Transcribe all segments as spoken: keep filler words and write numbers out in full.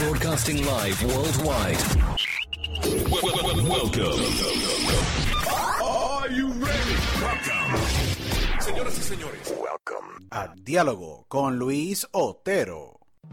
Broadcasting live worldwide. Welcome. Are you ready? Welcome. Señoras y señores, welcome a Diálogo con Luis Otero.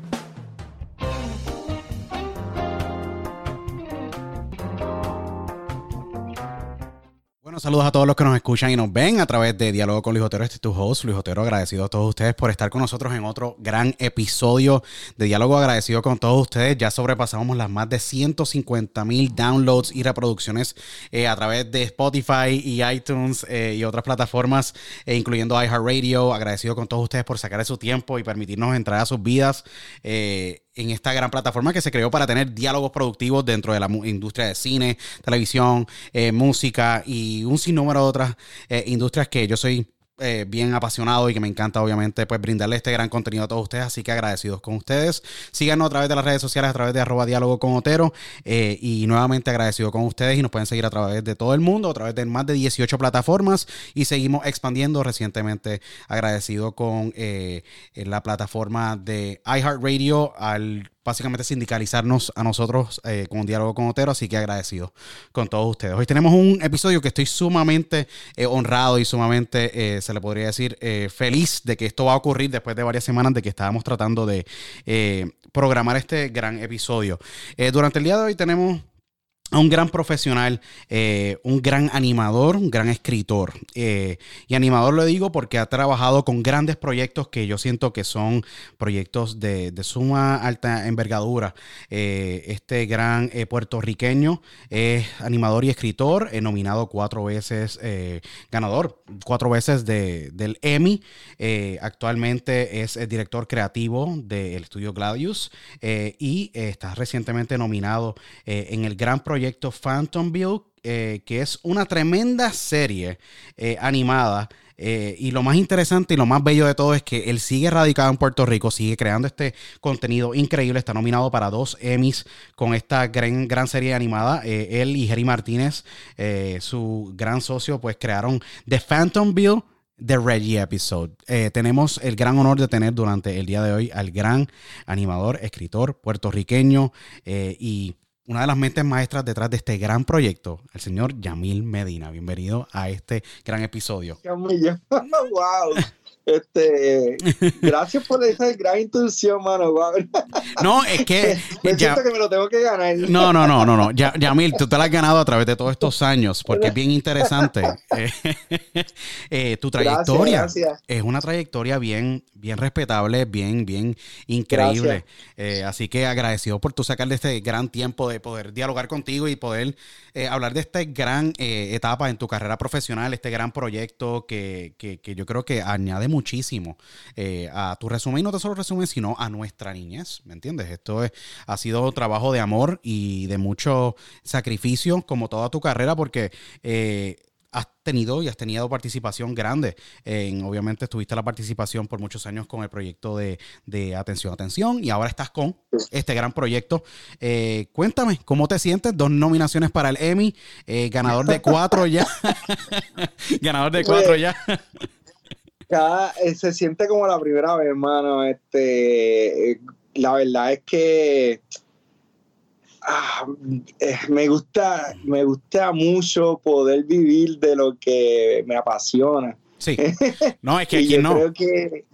Bueno, saludos a todos los que nos escuchan y nos ven a través de Diálogo con Luis Otero. Este es tu host, Luis Otero. Agradecido a todos ustedes por estar con nosotros en otro gran episodio de Diálogo. Agradecido con todos ustedes. Ya sobrepasamos las más de ciento cincuenta mil downloads y reproducciones eh, a través de Spotify y iTunes eh, y otras plataformas, eh, incluyendo iHeartRadio. Agradecido con todos ustedes por sacar de su tiempo y permitirnos entrar a sus vidas eh, en esta gran plataforma que se creó para tener diálogos productivos dentro de la industria de cine, televisión, eh, música y un sinnúmero de otras eh, industrias que yo soy eh, bien apasionado y que me encanta obviamente pues brindarle este gran contenido a todos ustedes, así que agradecidos con ustedes. Síganos a través de las redes sociales, a través de arroba diálogo con Otero eh, y nuevamente agradecido con ustedes, y nos pueden seguir a través de todo el mundo, a través de más de dieciocho plataformas, y seguimos expandiendo. Recientemente agradecido con eh, la plataforma de iHeartRadio al básicamente sindicalizarnos a nosotros eh, con Diálogo con Otero, así que agradecido con todos ustedes. Hoy tenemos un episodio que estoy sumamente eh, honrado y sumamente, eh, se le podría decir, eh, feliz de que esto va a ocurrir después de varias semanas de que estábamos tratando de eh, programar este gran episodio. Eh, durante el día de hoy tenemos a un gran profesional, eh, un gran animador, un gran escritor. Eh, y animador lo digo porque ha trabajado con grandes proyectos que yo siento que son proyectos de, de suma alta envergadura. Eh, este gran eh, puertorriqueño es animador y escritor, eh, nominado cuatro veces, eh, ganador cuatro veces de, del Emmy. Eh, actualmente es el director creativo del estudio Gladius eh, y eh, está recientemente nominado eh, en el gran proyecto proyecto Phantomville, eh, que es una tremenda serie eh, animada. Eh, y lo más interesante y lo más bello de todo es que él sigue radicado en Puerto Rico, sigue creando este contenido increíble. Está nominado para dos Emmys con esta gran, gran serie animada. Eh, él y Jerry Martínez, eh, su gran socio, pues crearon The Phantomville, The Reggie Episode. Eh, tenemos el gran honor de tener durante el día de hoy al gran animador, escritor puertorriqueño eh, y una de las mentes maestras detrás de este gran proyecto, el señor Yamil Medina. Bienvenido a este gran episodio. ¡Wow! Este, gracias por esa gran introducción, mano. Wow. No, es que me ya, siento que me lo tengo que ganar. No, no, no, no, no. Ya, Yamil, tú te lo has ganado a través de todos estos años, porque es bien interesante. Eh, eh, tu trayectoria gracias, gracias. es una trayectoria bien, bien respetable, bien, bien increíble. Eh, así que agradecido por tú sacar de este gran tiempo de poder dialogar contigo y poder eh, hablar de esta gran eh, etapa en tu carrera profesional, este gran proyecto que, que, que yo creo que añade muchísimo eh, a tu resumen, y no te solo resumen, sino a nuestra niñez, ¿me entiendes? Esto es, ha sido trabajo de amor y de mucho sacrificio, como toda tu carrera, porque eh, has tenido y has tenido participación grande. En, obviamente tuviste la participación por muchos años con el proyecto de, de Atención, Atención, y ahora estás con este gran proyecto. Eh, cuéntame, ¿cómo te sientes? Dos nominaciones para el Emmy, eh, ganador de cuatro ya. ganador de cuatro ya. Cada, eh, se siente como la primera vez, hermano. Este, eh, la verdad es que ah, eh, me gusta, me gusta mucho poder vivir de lo que me apasiona. Sí. No, es que aquí no. Creo que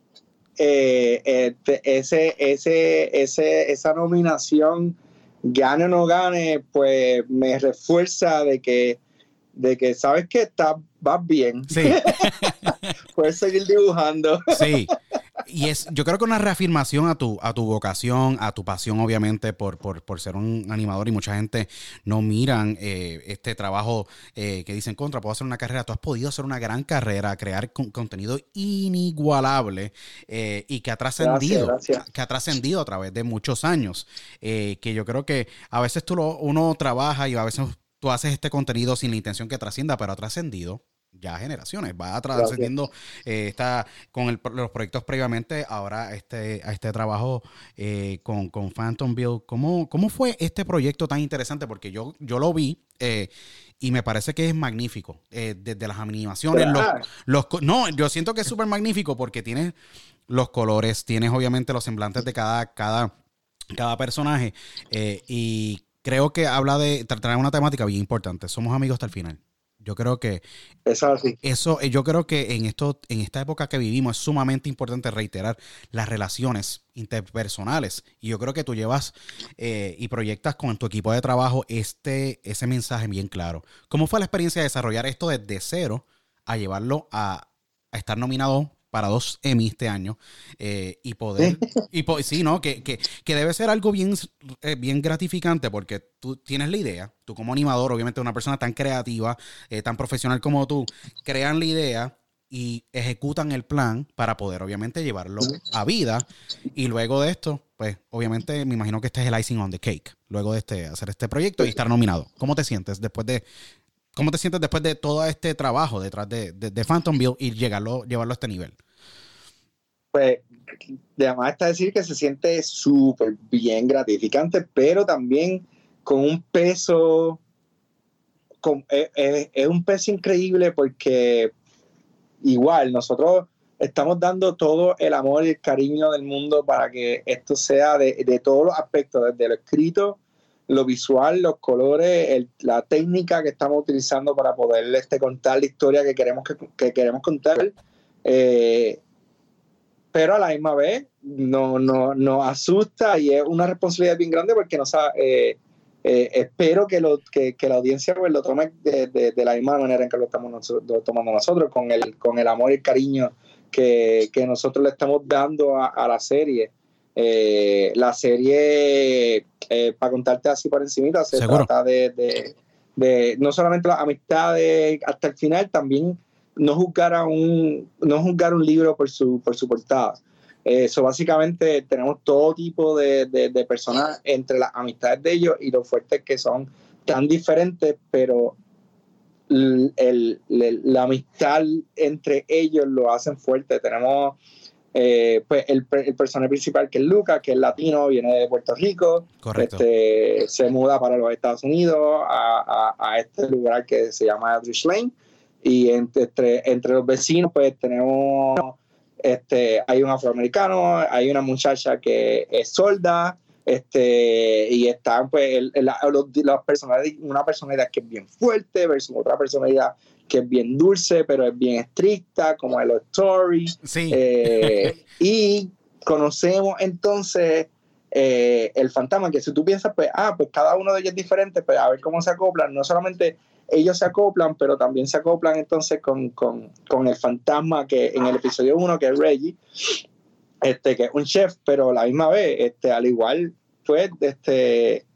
eh, este, ese, ese, ese, esa nominación, gane o no gane, pues me refuerza de que, de que sabes que estás, vas bien. Sí. Puedes seguir dibujando. Sí. Y es, yo creo que una reafirmación a tu, a tu vocación, a tu pasión, obviamente, por, por, por ser un animador, y mucha gente no miran eh, este trabajo eh, que dicen, contra, puedo hacer una carrera. Tú has podido hacer una gran carrera, crear con, contenido inigualable eh, y que ha trascendido, gracias, gracias. que ha trascendido a través de muchos años. Eh, que yo creo que a veces tú lo, uno trabaja y a veces tú haces este contenido sin la intención que trascienda, pero ha trascendido ya generaciones, va trascendiendo eh, está con el, los proyectos previamente, ahora este, a este trabajo eh, con, con Phantomville. ¿Cómo, ¿Cómo fue este proyecto tan interesante? Porque yo, yo lo vi eh, y me parece que es magnífico. Eh, desde las animaciones, los, los, no, yo siento que es súper magnífico porque tienes los colores, tienes obviamente los semblantes de cada, cada cada personaje, eh, y creo que habla de tratar una temática bien importante. Somos amigos hasta el final. Yo creo que Eso sí. eso, yo creo que en esto, en esta época que vivimos es sumamente importante reiterar las relaciones interpersonales. Y yo creo que tú llevas eh, y proyectas con tu equipo de trabajo este, ese mensaje bien claro. ¿Cómo fue la experiencia de desarrollar esto desde cero a llevarlo a, a estar nominado para dos Emmy este año, eh, y poder, y po sí, ¿no? Que, que, que debe ser algo bien, eh, bien gratificante, porque tú tienes la idea, tú como animador, obviamente una persona tan creativa, eh, tan profesional como tú, crean la idea y ejecutan el plan para poder obviamente llevarlo a vida, y luego de esto, pues obviamente me imagino que este es el icing on the cake, luego de este, hacer este proyecto y estar nominado. ¿Cómo te sientes después de ¿Cómo te sientes después de todo este trabajo detrás de, de, de Phantomville y llegarlo, llevarlo a este nivel? Pues, además está decir que se siente súper bien gratificante, pero también con un peso, con, es, es, es un peso increíble, porque igual nosotros estamos dando todo el amor y el cariño del mundo para que esto sea de, de todos los aspectos, desde lo escrito, lo visual, los colores, el, la técnica que estamos utilizando para poder este, contar la historia que queremos, que, que queremos contar. Eh, pero a la misma vez nos no, no asusta y es una responsabilidad bien grande, porque nos, eh, eh, espero que, lo, que, que la audiencia pues, lo tome de, de, de la misma manera en que lo estamos nosotros, lo tomando nosotros, con el, con el amor y el cariño que, que nosotros le estamos dando a, a la serie. Eh, la serie, eh, para contarte así por encimita, se ¿Seguro? trata de, de, de no solamente las amistades hasta el final, también no juzgar a un, no juzgar un libro por su, por su portada. Eso, eh, básicamente tenemos todo tipo de, de, de personas entre las amistades de ellos y lo fuertes que son, tan diferentes, pero el, el, el, la amistad entre ellos lo hacen fuerte. Tenemos Eh, pues el, el personaje principal, que es Luca, que es latino, viene de Puerto Rico. Correcto. Este, se muda para los Estados Unidos, a, a, a este lugar que se llama Aldrich Lane, y entre, entre los vecinos pues tenemos, este, hay un afroamericano, hay una muchacha que es sorda, este, y están pues el, el, los, los personajes, una personalidad que es bien fuerte versus otra personalidad que es bien dulce, pero es bien estricta, como el Story. Sí. Eh, y conocemos entonces eh, el fantasma, que si tú piensas, pues, ah, pues cada uno de ellos es diferente, pues a ver cómo se acoplan. No solamente ellos se acoplan, pero también se acoplan entonces con, con, con el fantasma, que en el episodio uno, que es Reggie, este, que es un chef, pero a la misma vez, este, al igual, pues, este...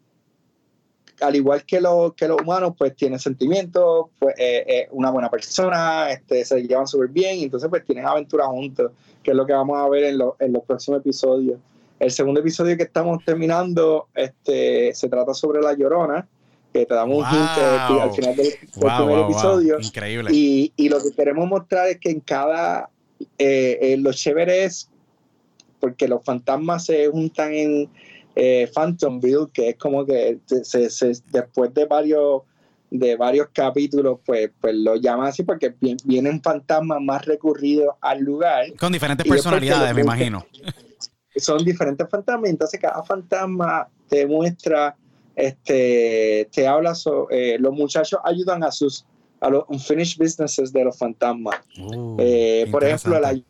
al igual que, lo, que los humanos, pues tienen sentimientos, pues eh, eh, una buena persona, este, se llevan súper bien, y entonces pues tienen aventuras juntos, que es lo que vamos a ver en, lo, en los próximos episodios. El segundo episodio que estamos terminando, este, se trata sobre La Llorona, que te damos wow. un hint eh, al final del, del wow, primer wow, episodio. Wow. Increíble. Y, y lo que queremos mostrar es que en cada, eh, eh, lo chévere es, porque los fantasmas se juntan en Eh, Phantomville, que es como que se, se, después de varios de varios capítulos, pues, pues lo llaman así, porque vienen fantasmas más recurridos al lugar. Con diferentes personalidades, me imagino. Son diferentes fantasmas, entonces cada fantasma te muestra, este, te habla sobre, eh, los muchachos ayudan a sus a los unfinished businesses de los fantasmas. Uh, eh, por ejemplo, la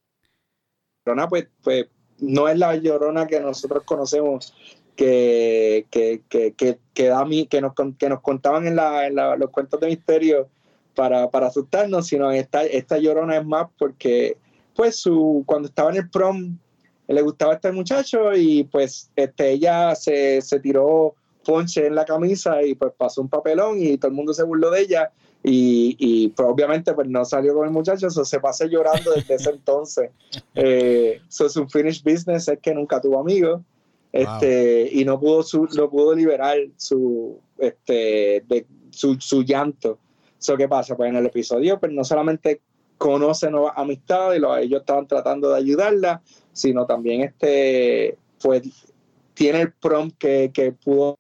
Llorona, pues, pues no es la Llorona que nosotros conocemos, que, que, que, que, que, da mi, que, nos, que nos contaban en, la, en la, los cuentos de misterio para, para asustarnos, sino esta, esta Llorona es más porque pues su, cuando estaba en el prom le gustaba este muchacho, y pues este, ella se, se tiró ponche en la camisa y pues pasó un papelón y todo el mundo se burló de ella, y, y pues obviamente pues no salió con el muchacho, eso se pasó llorando desde ese entonces. Eh, so su finished business es que nunca tuvo amigos, este, wow. y no pudo, su, no pudo liberar su, este, de, su, su llanto. So, ¿qué pasa? Pues en el episodio pues no solamente conoce nuevas amistades y lo, ellos estaban tratando de ayudarla, sino también este, pues tiene el prom que, que pudo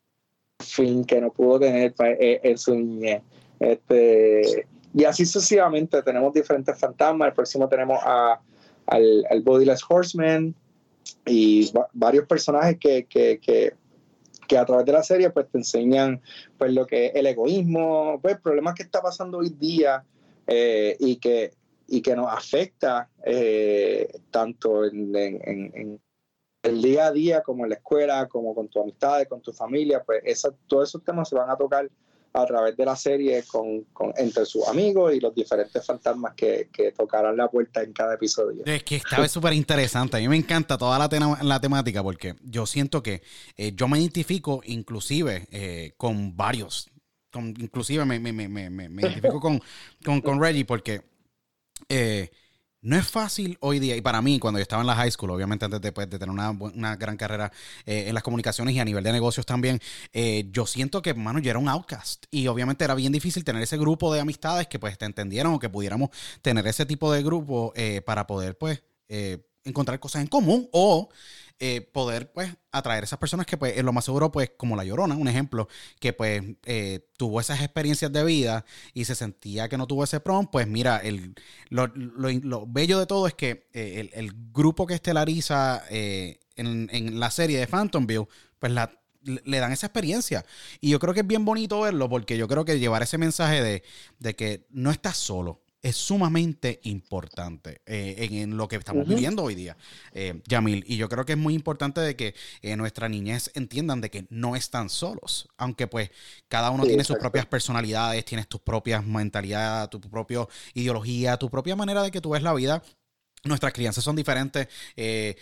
fin que no pudo tener en su niñez. Este, y así sucesivamente tenemos diferentes fantasmas. El próximo tenemos a, al, al Bodiless Horseman, y va- varios personajes que, que, que, que a través de la serie pues te enseñan pues lo que es el egoísmo, pues problemas que está pasando hoy día eh, y, que, y que nos afecta eh, tanto en, en, en, en el día a día como en la escuela, como con tus amistades, con tu familia, pues esa, todos esos temas se van a tocar a través de la serie con, con, entre sus amigos y los diferentes fantasmas que, que tocarán la puerta en cada episodio. Es que esta vez súper interesante. A mí me encanta toda la, tema, la temática porque yo siento que eh, yo me identifico inclusive eh, con varios. Con, inclusive me, me, me, me, me identifico con, con, con Reggie porque eh, no es fácil hoy día. Y para mí, cuando yo estaba en la high school, obviamente antes de, pues, de tener una, una gran carrera eh, en las comunicaciones y a nivel de negocios también, eh, yo siento que, mano, yo era un outcast. Y obviamente era bien difícil tener ese grupo de amistades que pues te entendieran o que pudiéramos tener ese tipo de grupo eh, para poder pues eh, encontrar cosas en común o eh, poder pues atraer a esas personas que pues en lo más seguro pues como La Llorona, un ejemplo, que pues eh, tuvo esas experiencias de vida y se sentía que no tuvo ese prom, pues mira, el, lo, lo, lo bello de todo es que eh, el, el grupo que estelariza eh, en, en la serie de Phantomville, pues la le dan esa experiencia. Y yo creo que es bien bonito verlo porque yo creo que llevar ese mensaje de, de que no estás solo es sumamente importante eh, en, en lo que estamos uh-huh. viviendo hoy día, eh, Yamil. Y yo creo que es muy importante de que eh, nuestra niñez entiendan de que no están solos. Aunque pues cada uno sí, tiene exacto. sus propias personalidades, tienes tus propias mentalidades, tu propia ideología, tu propia manera de que tú ves la vida. Nuestras crianzas son diferentes. Eh,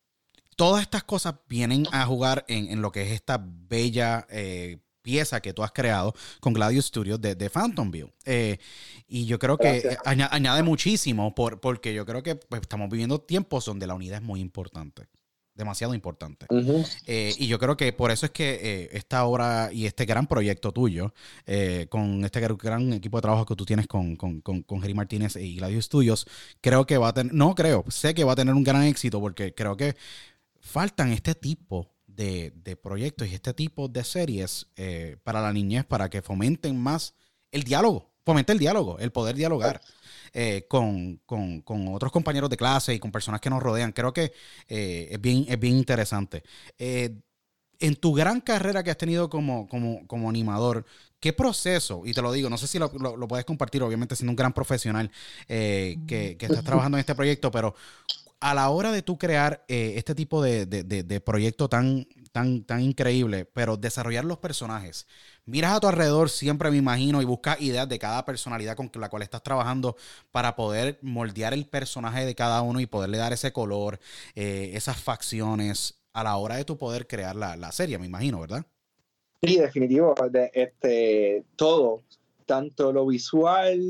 todas estas cosas vienen a jugar en, en lo que es esta bella eh, pieza que tú has creado con Gladius Studios de, de Phantomville. Eh, y yo creo que Gracias. añade muchísimo por, porque yo creo que pues, estamos viviendo tiempos donde la unidad es muy importante. Demasiado importante. Uh-huh. Eh, y yo creo que por eso es que eh, esta obra y este gran proyecto tuyo, eh, con este gran equipo de trabajo que tú tienes con, con, con, con Jerry Martínez y Gladius Studios, creo que va a tener, no creo, sé que va a tener un gran éxito porque creo que faltan este tipo de, de proyectos y este tipo de series eh, para la niñez, para que fomenten más el diálogo, fomenten el diálogo, el poder dialogar eh, con, con, con otros compañeros de clase y con personas que nos rodean. Creo que eh, es, bien, es bien interesante. Eh, en tu gran carrera que has tenido como, como, como animador, ¿qué proceso? Y te lo digo, no sé si lo, lo, lo puedes compartir, obviamente siendo un gran profesional eh, que, que estás trabajando en este proyecto, pero a la hora de tú crear eh, este tipo de, de, de, de proyecto tan, tan, tan increíble, pero desarrollar los personajes, miras a tu alrededor siempre, me imagino, y buscas ideas de cada personalidad con la cual estás trabajando para poder moldear el personaje de cada uno y poderle dar ese color, eh, esas facciones a la hora de tu poder crear la, la serie, me imagino, ¿verdad? Sí, definitivo. De, este, todo, tanto lo visual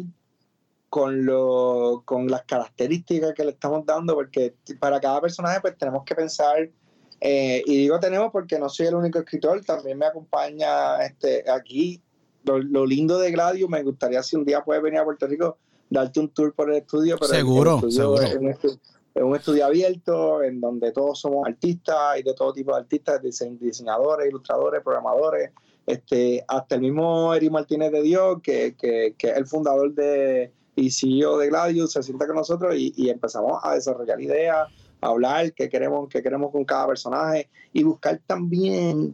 con, lo, con las características que le estamos dando, porque para cada personaje pues tenemos que pensar, eh, y digo tenemos porque no soy el único escritor, también me acompaña este, aquí, lo, lo lindo de Gladius, me gustaría si un día puedes venir a Puerto Rico, darte un tour por el estudio, pero seguro, el estudio seguro. Es, un estudio, es un estudio abierto en donde todos somos artistas y de todo tipo de artistas, diseñadores, ilustradores, programadores, este, hasta el mismo Eric Martínez de Dios, que, que, que es el fundador de y C E O de Gladius, se sienta con nosotros y, y empezamos a desarrollar ideas, a hablar qué queremos, qué queremos con cada personaje y buscar también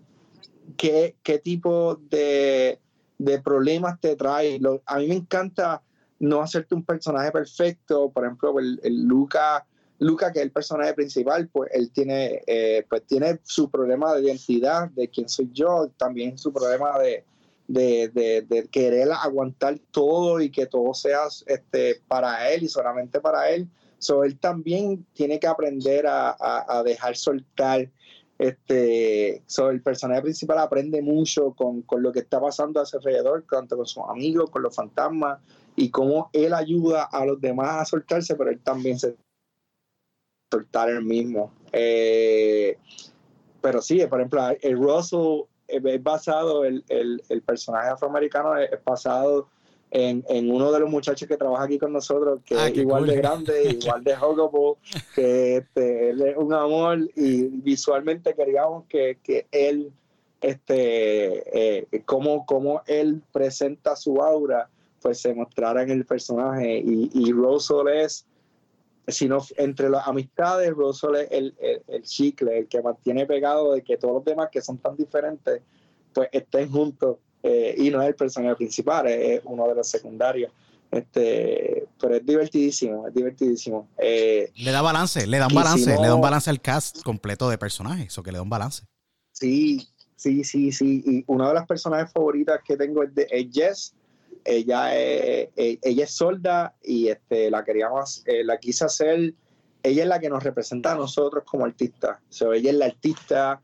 qué, qué tipo de, de problemas te trae. Lo, a mí me encanta no hacerte un personaje perfecto, por ejemplo, el, el Luca, Luca, que es el personaje principal, pues él tiene, eh, pues tiene su problema de identidad, de quién soy yo, también su problema de De, de, de querer aguantar todo y que todo sea este, para él y solamente para él. So, él también tiene que aprender a, a, a dejar soltar. Este, so, el personaje principal aprende mucho con, con lo que está pasando a su alrededor, tanto con sus amigos, con los fantasmas, y cómo él ayuda a los demás a soltarse, pero él también se soltar él mismo. Eh, pero sí, por ejemplo, el Russell es basado, el, el, el personaje afroamericano es basado en, en uno de los muchachos que trabaja aquí con nosotros, que ah, es igual cool. de grande, igual de huggable, que este, él es un amor y visualmente queríamos que, que él, este, eh, como, como él presenta su aura, pues se mostrara en el personaje y, y Russell es sino entre las amistades, Russell es el, el, el chicle, el que mantiene pegado de que todos los demás que son tan diferentes, pues estén juntos, eh, y no es el personaje principal, es uno de los secundarios. Este, pero es divertidísimo, es divertidísimo. Eh, le da balance, le da un balance, hicimos, le da un balance al cast completo de personajes, eso que le da un balance. Sí, sí, sí, sí. Y una de las personajes favoritas que tengo es, de, es Jess. Ella es, ella es sorda y este, la queríamos, eh, la quise hacer, ella es la que nos representa a nosotros como artistas. O sea, ella es la artista,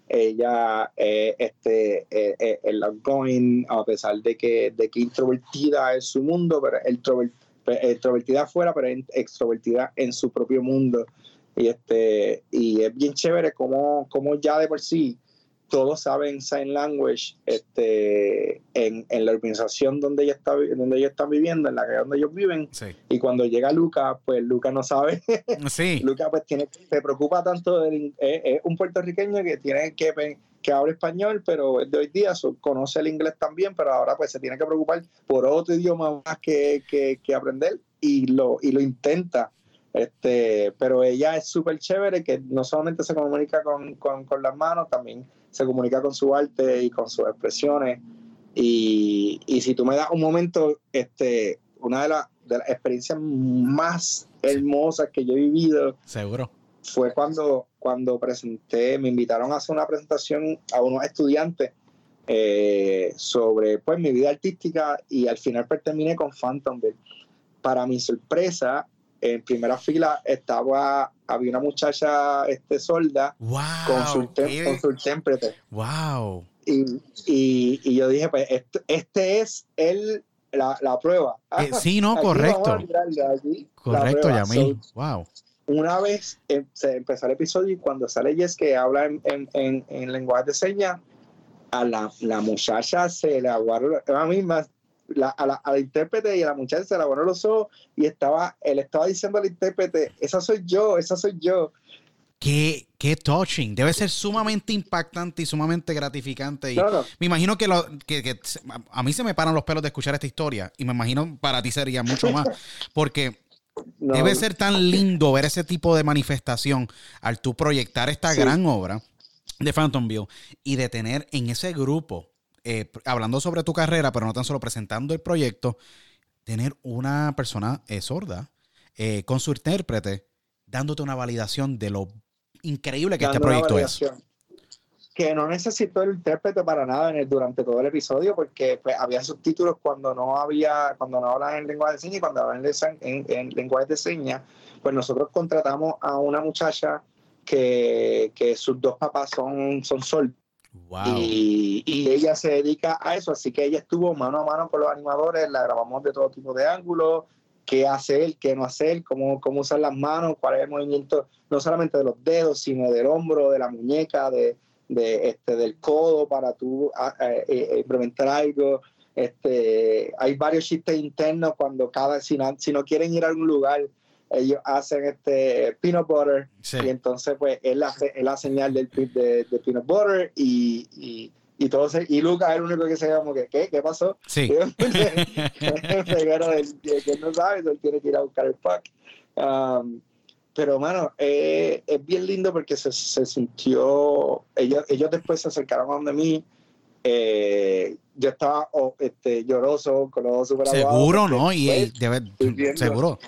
ella eh, este, eh, eh, el outgoing, a pesar de que, de que introvertida es su mundo, pero extrovert, extrovertida afuera, pero extrovertida en su propio mundo. Y, este, y es bien chévere como, como ya de por sí todos saben sign language este, en, en la organización donde ella está, donde ellos están viviendo, en la calle donde ellos viven. Sí. Y cuando llega Luca, pues Luca no sabe. Sí. Luca pues tiene, se preocupa tanto del, es, es un puertorriqueño que tiene que, que habla español, pero es de hoy día, so, conoce el inglés también, pero ahora pues se tiene que preocupar por otro idioma más que, que, que aprender y lo, y lo intenta. Este, pero ella es súper chévere, que no solamente se comunica con, con, con las manos, también se comunica con su arte y con sus expresiones. Y, y si tú me das un momento, este, una de, la, de las experiencias más hermosas que yo he vivido, seguro, fue cuando, cuando presenté, me invitaron a hacer una presentación a unos estudiantes eh, sobre pues mi vida artística, y al final pues, terminé con Phantomville. Para mi sorpresa, en primera fila estaba, había una muchacha este, sorda, wow, con su, tem, con su intérprete. Wow. Y, y, y yo dije, pues, este, este es el, la, la prueba. Eh, sí, no, correcto. Aquí, correcto, Yamil. So, wow. Una vez eh, se empezó el episodio, y cuando sale Jess, que habla en, en, en, en lenguaje de señas, a la, la muchacha se le aguaron la misma. La, a, la, a la intérprete y a la muchacha se la aguaron los ojos, y estaba, él estaba diciendo al intérprete, esa soy yo, esa soy yo. Qué, qué touching, debe ser sumamente impactante y sumamente gratificante. Y no, no. me imagino que, lo, que, que a mí se me paran los pelos de escuchar esta historia, y me imagino para ti sería mucho más, porque no. debe ser tan lindo ver ese tipo de manifestación al tú proyectar esta sí. gran obra de Phantomville, y de tener en ese grupo, Eh, hablando sobre tu carrera, pero no tan solo presentando el proyecto, tener una persona eh, sorda eh, con su intérprete dándote una validación de lo increíble que Dando este proyecto es. Que no necesitó el intérprete para nada en el, durante todo el episodio, porque pues, había subtítulos cuando no había, cuando no hablan en lenguaje de señas, y cuando hablan en, en, en lenguaje de señas, pues nosotros contratamos a una muchacha que, que sus dos papás son, son sordos. Wow. Y, y ella se dedica a eso, así que ella estuvo mano a mano con los animadores, la grabamos de todo tipo de ángulos, qué hacer, qué no hacer, cómo, cómo usar las manos, cuál es el movimiento, no solamente de los dedos, sino del hombro, de la muñeca, de, de este, del codo, para tú a, a, a, implementar algo. Este, hay varios chistes internos cuando cada, si no, si no quieren ir a algún lugar, ellos hacen este peanut butter, sí. y entonces pues él hace es la señal del de, de peanut butter, y, y, y todo se, y Lucas es el único que se llama que ¿qué? ¿Qué pasó? Sí. Pero él, que él no sabe, él tiene que ir a buscar el pack. Um, pero mano, eh, es bien lindo porque se, se sintió, ellos, ellos después se acercaron a donde mí. Eh, yo estaba oh, este, lloroso, con los ojos súper aguados. Seguro, ¿no? Y pues, debe, seguro.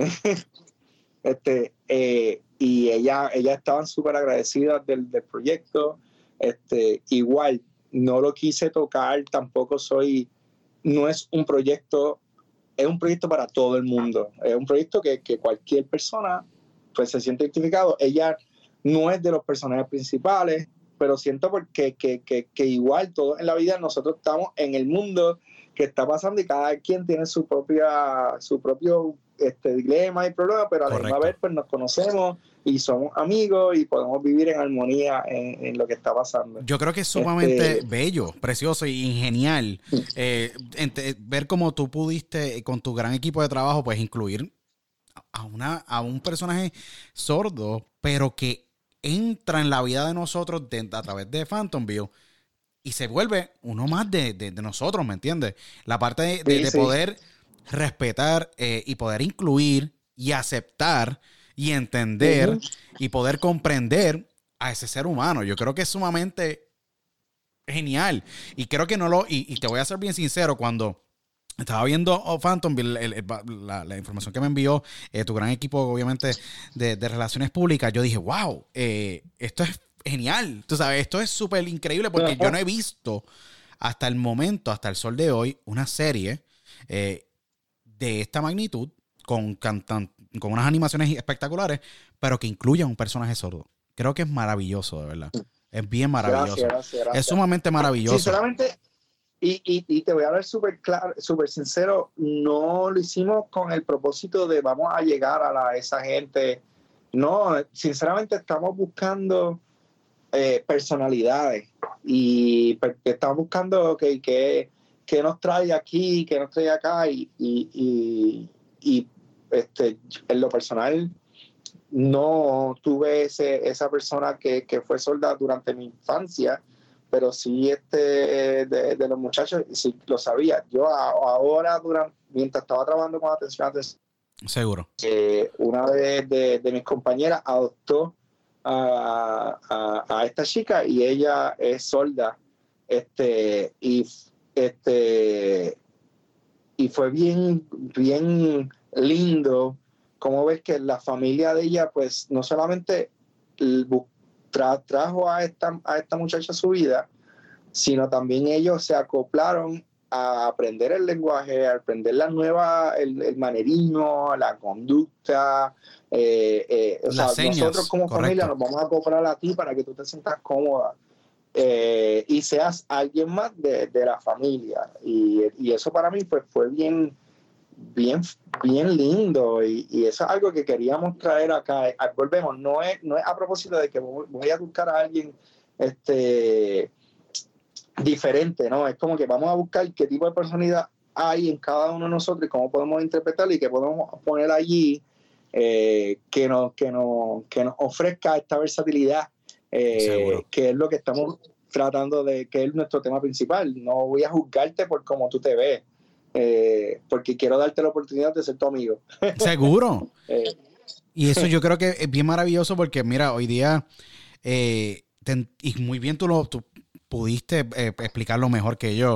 este eh, y ella ella estaban súper agradecidas del, del proyecto. Este igual no lo quise tocar, tampoco soy, no es un proyecto, es un proyecto para todo el mundo, es un proyecto que, que cualquier persona pues se siente identificado. Ella no es de los personajes principales, pero siento porque que, que, que igual todos en la vida nosotros estamos en el mundo que está pasando, y cada quien tiene su propia su propio este dilema y problema, pero a la misma vez pues nos conocemos y somos amigos y podemos vivir en armonía en, en lo que está pasando. Yo creo que es sumamente este... bello, precioso y genial eh, ente, ver cómo tú pudiste con tu gran equipo de trabajo pues incluir a, una, a un personaje sordo, pero que entra en la vida de nosotros de, a través de Phantomville, y se vuelve uno más de, de, de nosotros, ¿me entiendes? La parte de, de, sí, de sí. poder respetar eh, y poder incluir y aceptar y entender uh-huh. y poder comprender a ese ser humano. Yo creo que es sumamente genial. Y creo que no lo... Y, y te voy a ser bien sincero, cuando estaba viendo oh, Phantom, el, el, el, la, la información que me envió eh, tu gran equipo, obviamente, de, de relaciones públicas, yo dije, wow, eh, esto es genial. Tú sabes, esto es súper increíble porque yo no he visto hasta el momento, hasta el sol de hoy, una serie eh, de esta magnitud con, cantan, con unas animaciones espectaculares, pero que incluya un personaje sordo. Creo que es maravilloso, de verdad. Es bien maravilloso. Gracias, gracias, gracias. Es sumamente maravilloso. Sinceramente, y, y, y te voy a hablar súper claro, súper sincero, no lo hicimos con el propósito de vamos a llegar a la, esa gente. No, sinceramente estamos buscando eh, personalidades y estamos buscando que, que, que nos trae aquí, que nos trae acá y, y, y, y este, en lo personal no tuve ese, esa persona que, que fue sorda durante mi infancia, pero sí este, de, de los muchachos, sí lo sabía. Yo a, ahora, durante, mientras estaba trabajando con atención, atención seguro, eh, una de, de, de mis compañeras adoptó a, a, a esta chica y ella es sorda. Este, y, este, y fue bien, bien lindo como ves que la familia de ella, pues, no solamente tra- trajo a esta, a esta muchacha a su vida, sino también ellos se acoplaron a aprender el lenguaje, a aprender la nueva, el, el manerismo, la conducta. Eh, eh, o sea, señas, nosotros como correcto. familia nos vamos a acoplar a ti para que tú te sientas cómoda eh, y seas alguien más de, de la familia. Y, y eso para mí pues, fue bien... bien bien lindo y, y eso es algo que queríamos traer acá. Volvemos, no es, no es a propósito de que voy a buscar a alguien este, diferente, no, es como que vamos a buscar qué tipo de personalidad hay en cada uno de nosotros y cómo podemos interpretarlo y qué podemos poner allí eh, que, nos, que, nos, que nos ofrezca esta versatilidad eh, que es lo que estamos tratando de, que es nuestro tema principal. No voy a juzgarte por cómo tú te ves, Eh, porque quiero darte la oportunidad de ser tu amigo. Seguro. eh. Y eso yo creo que es bien maravilloso porque, mira, hoy día, eh, te, y muy bien tú, lo, tú pudiste eh, explicarlo mejor que yo.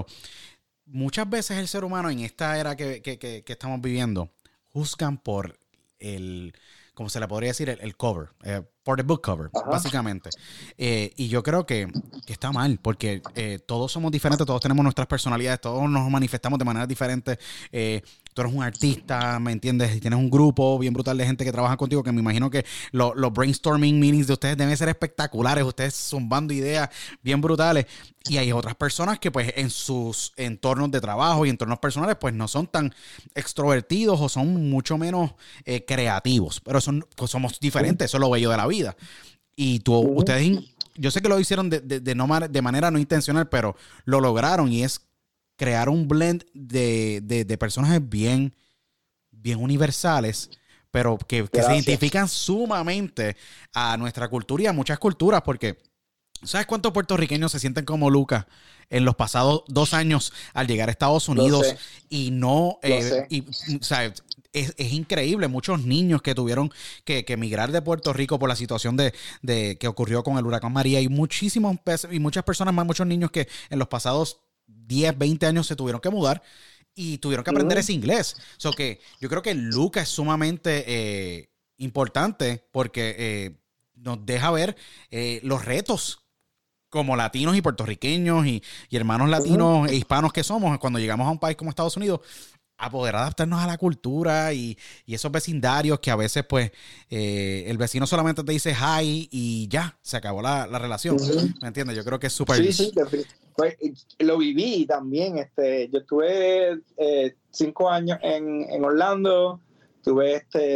Muchas veces el ser humano en esta era que, que, que, que estamos viviendo juzgan por el, ¿cómo se le podría decir? El, el cover, eh, por the book cover, Ajá. básicamente. Eh, y yo creo que, que está mal, porque eh, todos somos diferentes, todos tenemos nuestras personalidades, todos nos manifestamos de maneras diferentes. Eh, tú eres un artista, ¿me entiendes? Y tienes un grupo bien brutal de gente que trabaja contigo, que me imagino que los lo brainstorming meetings de ustedes deben ser espectaculares, ustedes zumbando ideas bien brutales. Y hay otras personas que pues en sus entornos de trabajo y entornos personales pues no son tan extrovertidos o son mucho menos eh, creativos, pero son, pues somos diferentes, eso es lo bello de la vida. Y tú, uh-huh. ustedes, yo sé que lo hicieron de, de, de, no, de manera no intencional, pero lo lograron y es crear un blend de, de, de personajes bien, bien universales, pero que, que se identifican sumamente a nuestra cultura y a muchas culturas, porque ¿sabes cuántos puertorriqueños se sienten como Lucas en los pasados dos años al llegar a Estados Unidos? Y no, eh, y, ¿sabes? Es, es increíble, muchos niños que tuvieron que, que emigrar de Puerto Rico por la situación de, de que ocurrió con el huracán María, y muchísimos y muchas personas más, muchos niños que en los pasados diez, veinte años se tuvieron que mudar y tuvieron que aprender uh-huh. ese inglés. So que yo creo que Lucas es sumamente eh, importante porque eh, nos deja ver eh, los retos como latinos y puertorriqueños y, y hermanos latinos uh-huh. e hispanos que somos cuando llegamos a un país como Estados Unidos, a poder adaptarnos a la cultura y, y esos vecindarios que a veces pues eh, el vecino solamente te dice hi y ya, se acabó la, la relación. Uh-huh. ¿Me entiendes? Yo creo que es súper... Sí, sí, pues, lo viví también. Este, yo estuve eh, cinco años en, en Orlando, tuve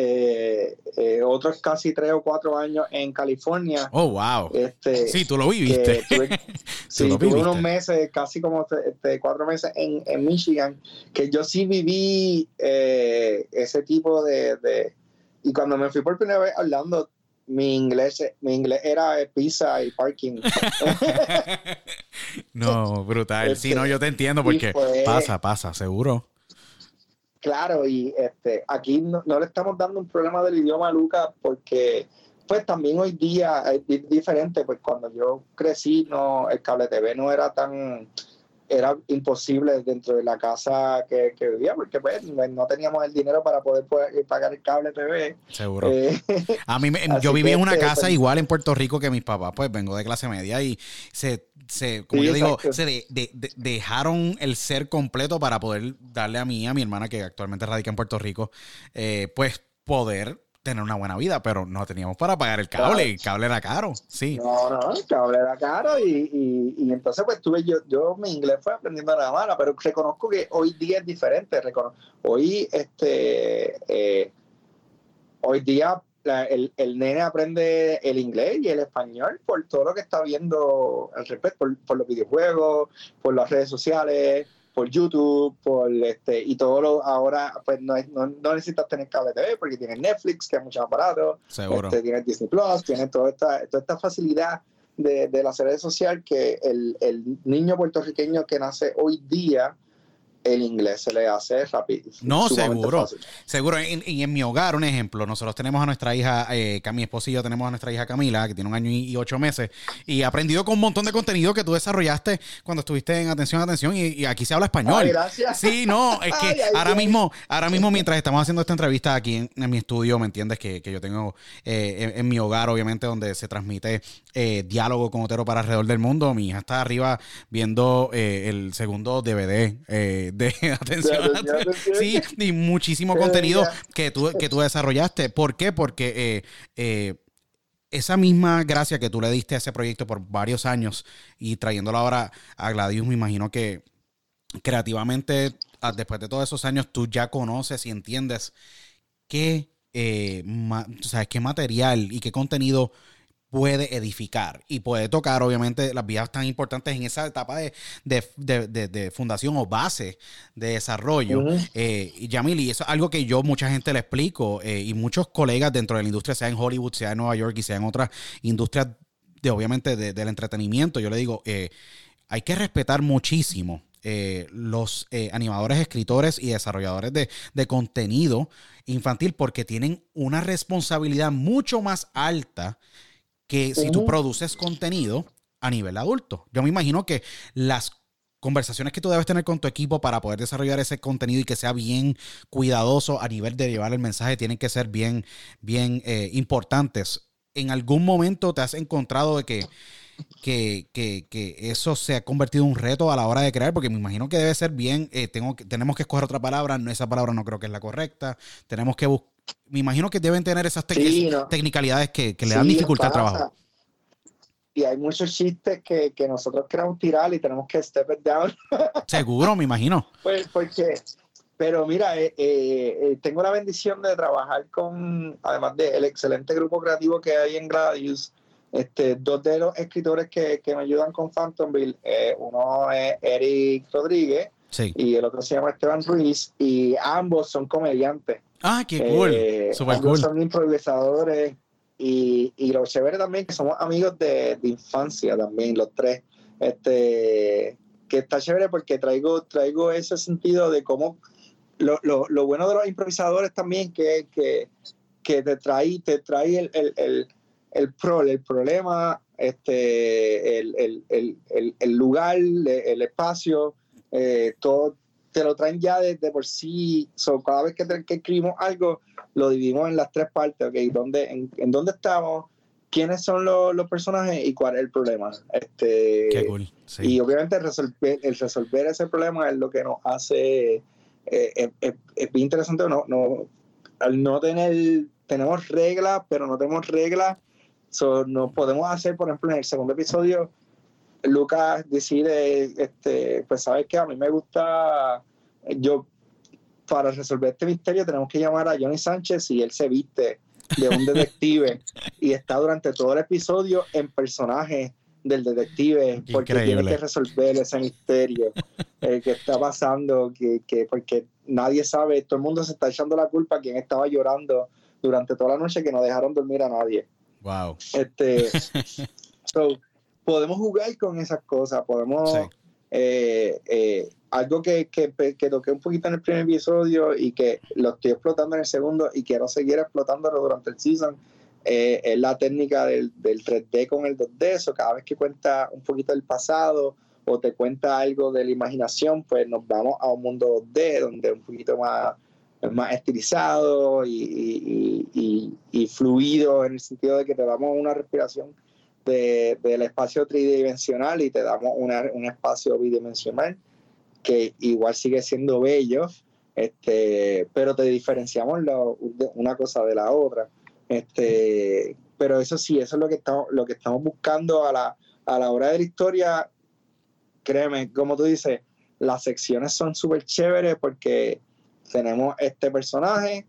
este, eh, otros casi tres o cuatro años en California. Oh, wow. Este, sí, tú lo viviste. Tuve, sí, lo tuve viviste. unos meses, casi como este, cuatro meses en, en Michigan, que yo sí viví eh, ese tipo de, de... Y cuando me fui por primera vez a Orlando, mi inglés, mi inglés era pizza y parking. No, brutal. Este, sí, no, yo te entiendo porque fue, pasa, pasa, seguro. claro, y este, aquí no, no le estamos dando un problema del idioma a Lucas porque pues también hoy día es diferente, pues cuando yo crecí no, el cable T V no era tan, era imposible dentro de la casa que, que vivía, porque pues no teníamos el dinero para poder, poder pagar el cable T V. Seguro. Eh, a mí me, yo viví en una este, casa pues, igual en Puerto Rico que mis papás, pues vengo de clase media y se, se como sí, yo digo, se de, de, de, dejaron el ser completo para poder darle a mí, a mi hermana que actualmente radica en Puerto Rico, eh, pues poder tener una buena vida, pero no teníamos para pagar el cable, claro. El cable era caro, sí. No, no, el cable era caro y, y, y entonces pues tuve yo, yo mi inglés fue aprendiendo a la mala, pero reconozco que hoy día es diferente, reconozco, hoy este, eh, hoy día la, el, el nene aprende el inglés y el español por todo lo que está viendo al respecto, por, por los videojuegos, por las redes sociales, por YouTube, por este, y todo lo ahora, pues no, es, no, no necesitas tener cable T V porque tienes Netflix, que es mucho más barato, este, tienes Disney Plus, tienes toda esta, toda esta facilidad de, de la redes social que el, el niño puertorriqueño que nace hoy día, el inglés se le hace rápido. No, seguro. Fácil. Seguro. Y en, en mi hogar, un ejemplo, nosotros tenemos a nuestra hija, eh, mi esposo y yo tenemos a nuestra hija Camila, que tiene un año y, y ocho meses, y ha aprendido con un montón de contenido que tú desarrollaste cuando estuviste en Atención, Atención, y, y aquí se habla español. Ay, gracias. Sí, no, es que ay, ay, ahora ay. mismo, ahora mismo mientras estamos haciendo esta entrevista aquí en, en mi estudio, ¿me entiendes? Que, que yo tengo eh, en, en mi hogar, obviamente, donde se transmite eh, diálogo con Otero para alrededor del mundo. Mi hija está arriba viendo eh, el segundo D V D eh, de atención, atención, atención, sí, y muchísimo contenido que tú, que tú desarrollaste. ¿Por qué? Porque eh, eh, esa misma gracia que tú le diste a ese proyecto por varios años y trayéndolo ahora a Gladius, me imagino que creativamente, después de todos esos años, tú ya conoces y entiendes qué, eh, ma, o sea, qué material y qué contenido puede edificar y puede tocar, obviamente, las vías tan importantes en esa etapa de, de, de, de, de fundación o base de desarrollo. Uh-huh. eh, y Yamil, eso es algo que yo mucha gente le explico eh, y muchos colegas dentro de la industria, sea en Hollywood, sea en Nueva York y sea en otras industrias, de, obviamente, de, del entretenimiento, yo le digo, eh, hay que respetar muchísimo Eh, los eh, animadores, escritores y desarrolladores de, de contenido infantil porque tienen una responsabilidad mucho más alta que si tú produces contenido a nivel adulto. Yo me imagino que las conversaciones que tú debes tener con tu equipo para poder desarrollar ese contenido y que sea bien cuidadoso a nivel de llevar el mensaje tienen que ser bien, bien eh, importantes. ¿En algún momento te has encontrado de que, que, que, que eso se ha convertido en un reto a la hora de crear? Porque me imagino que debe ser bien, eh, tengo que, tenemos que escoger otra palabra, no, esa palabra no creo que es la correcta, tenemos que buscar. Me imagino que deben tener esas tec- sí, no. tecnicalidades que, que le dan sí, dificultad al trabajo. Y hay muchos chistes que, que nosotros queremos tirar y tenemos que step it down. Seguro, me imagino. Pues porque, pero mira, eh, eh, tengo la bendición de trabajar con, además del excelente grupo creativo que hay en Gladius, este, dos de los escritores que, que me ayudan con Phantomville, eh, uno es Eric Rodríguez sí. y el otro se llama Esteban Ruiz, y ambos son comediantes. Ah, qué cool. Eh, Super cool. Son improvisadores y, y lo chévere también que somos amigos de, de infancia también, los tres. Este, que está chévere porque traigo, traigo ese sentido de cómo lo, lo, lo bueno de los improvisadores también que, que, que te trae, te trae el, el, el, el, pro, el problema, este, el, el, el, el, el lugar, el, el espacio, eh, todo te lo traen ya de, de por sí. So, cada vez que, te, que escribimos algo, lo dividimos en las tres partes, ¿okay? ¿Dónde, en, en dónde estamos, quiénes son los, los personajes y cuál es el problema. Este, Qué cool. Sí. Y obviamente resolver, el resolver ese problema es lo que nos hace, eh, es, es, es bien interesante. No, no, al no tener, tenemos reglas, pero no tenemos reglas, so, no podemos hacer, por ejemplo, en el segundo episodio, Lucas decide, este, pues sabes que a mí me gusta, yo para resolver este misterio tenemos que llamar a Johnny Sánchez y él se viste de un detective y está durante todo el episodio en personaje del detective porque Increíble. Tiene que resolver ese misterio eh, que está pasando, que, que porque nadie sabe, todo el mundo se está echando la culpa a quien estaba llorando durante toda la noche que no dejaron dormir a nadie. Wow. Este, so, podemos jugar con esas cosas, podemos sí. eh, eh, algo que, que, que toqué un poquito en el primer episodio y que lo estoy explotando en el segundo y quiero seguir explotándolo durante el season, eh, es la técnica del, del tres D con el dos D. Eso cada vez que cuenta un poquito del pasado o te cuenta algo de la imaginación, pues nos vamos a un mundo dos D donde es un poquito más, más estilizado y, y, y, y fluido, en el sentido de que te damos una respiración de, del espacio tridimensional y te damos una, un espacio bidimensional que igual sigue siendo bello, este, pero te diferenciamos lo, una cosa de la otra. Este, pero eso sí, eso es lo que estamos, lo que estamos buscando a la, a la hora de la historia. Créeme, como tú dices, las secciones son súper chéveres porque tenemos este personaje,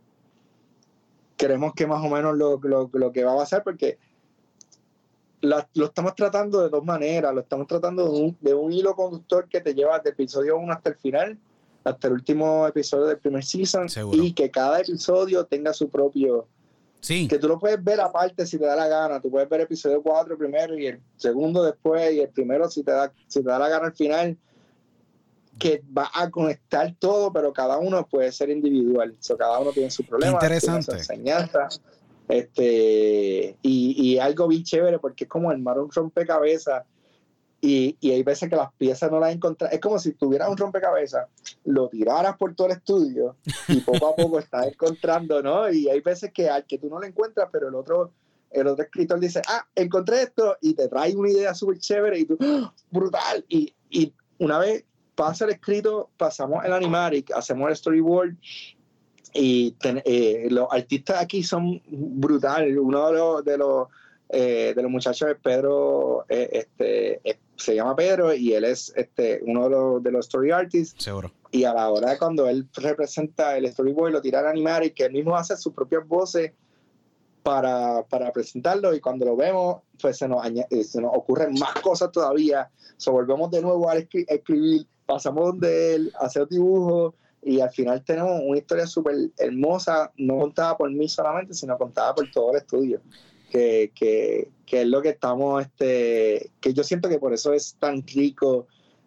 queremos que más o menos lo, lo, lo que va a pasar, porque la, lo estamos tratando de dos maneras. Lo estamos tratando de un, de un hilo conductor que te lleva desde el episodio uno hasta el final, hasta el último episodio del primer season. Seguro. Y que cada episodio tenga su propio... Sí. Que tú lo puedes ver aparte si te da la gana. Tú puedes ver episodio cuatro primero y el segundo después y el primero si te da, si te da la gana al final. Que va a conectar todo, pero cada uno puede ser individual. O sea, cada uno tiene su problema. Qué interesante. Tiene su enseñanza. Este, y, y algo bien chévere porque es como armar un rompecabezas y, y hay veces que las piezas no las encuentras. Es como si tuvieras un rompecabezas, lo tiraras por todo el estudio y poco a poco estás encontrando, ¿no? Y hay veces que al que tú no lo encuentras, pero el otro, el otro escritor dice, ah, encontré esto, y te trae una idea súper chévere y tú, ¡oh, brutal! Y, y una vez pasa el escrito, pasamos el animatic, hacemos el storyboard. Y ten, eh, los artistas aquí son brutales. Uno de los, de los, eh, de los muchachos es Pedro, eh, este, eh, se llama Pedro y él es este, uno de los, de los story artists. Seguro. Y a la hora de cuando él representa el storyboard, lo tira al animar y que él mismo hace sus propias voces para, para presentarlo. Y cuando lo vemos, pues se nos, añade, se nos ocurren más cosas todavía. So, volvemos de nuevo a escribir, pasamos donde él, hacer dibujos. Y al final tenemos una historia súper hermosa, no contada por mí solamente, sino contada por todo el estudio, que, que, que es lo que estamos, este, que yo siento que por eso es tan rico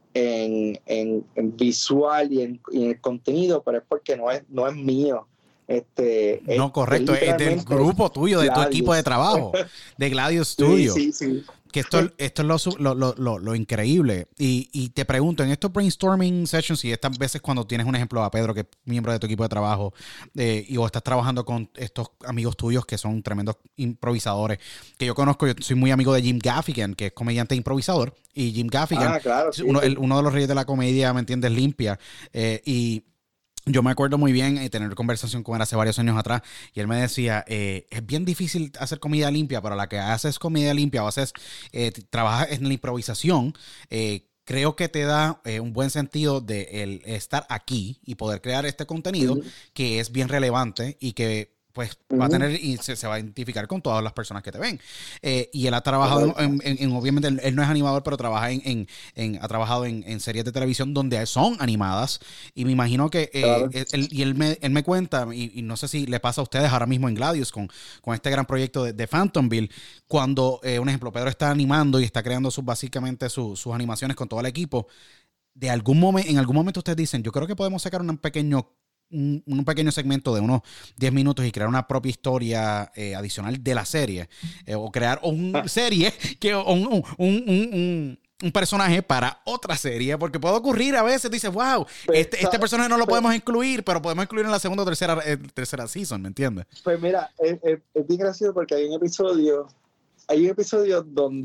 en, en, en visual y en, y en el contenido, pero es porque no es, no es mío. Este, no, es, correcto, es, es del grupo tuyo, de Gladius. Tu equipo de trabajo, de Gladius Studio. Sí, sí, sí. Que esto, esto es lo, lo, lo, lo increíble. Y, y te pregunto, en estos brainstorming sessions y estas veces cuando tienes un ejemplo a Pedro, que es miembro de tu equipo de trabajo, eh, y o estás trabajando con estos amigos tuyos que son tremendos improvisadores, que yo conozco, yo soy muy amigo de Jim Gaffigan, que es comediante e improvisador, y Jim Gaffigan, ah, claro, sí, uno, sí. El, uno de los reyes de la comedia, ¿me entiendes? Limpia. Eh, y yo me acuerdo muy bien de tener conversación con él hace varios años atrás y él me decía, eh, es bien difícil hacer comida limpia, pero la que haces comida limpia o haces, eh, trabajas en la improvisación, eh, creo que te da eh, un buen sentido de el estar aquí y poder crear este contenido uh-huh. que es bien relevante y que pues uh-huh. va a tener y se, se va a identificar con todas las personas que te ven. Eh, y él ha trabajado, uh-huh. en, en, en, obviamente, él, él no es animador, pero trabaja en, en, en ha trabajado en, en series de televisión donde son animadas. Y me imagino que, eh, claro. él, y él me, él me cuenta, y, y no sé si le pasa a ustedes ahora mismo en Gladius con, con este gran proyecto de, de Phantomville, cuando, eh, un ejemplo, Pedro está animando y está creando sus, básicamente su, sus animaciones con todo el equipo. De algún momento, en algún momento ustedes dicen, yo creo que podemos sacar un pequeño Un, un pequeño segmento de unos diez minutos y crear una propia historia eh, adicional de la serie eh, o crear una serie que un, un, un, un, un personaje para otra serie, porque puede ocurrir a veces, dices, wow, pues, este, este personaje no lo podemos pues, incluir, pero podemos incluir en la segunda o tercera, eh, tercera season, ¿me entiendes? Pues mira, es, es, es bien gracioso porque hay un episodio hay un episodio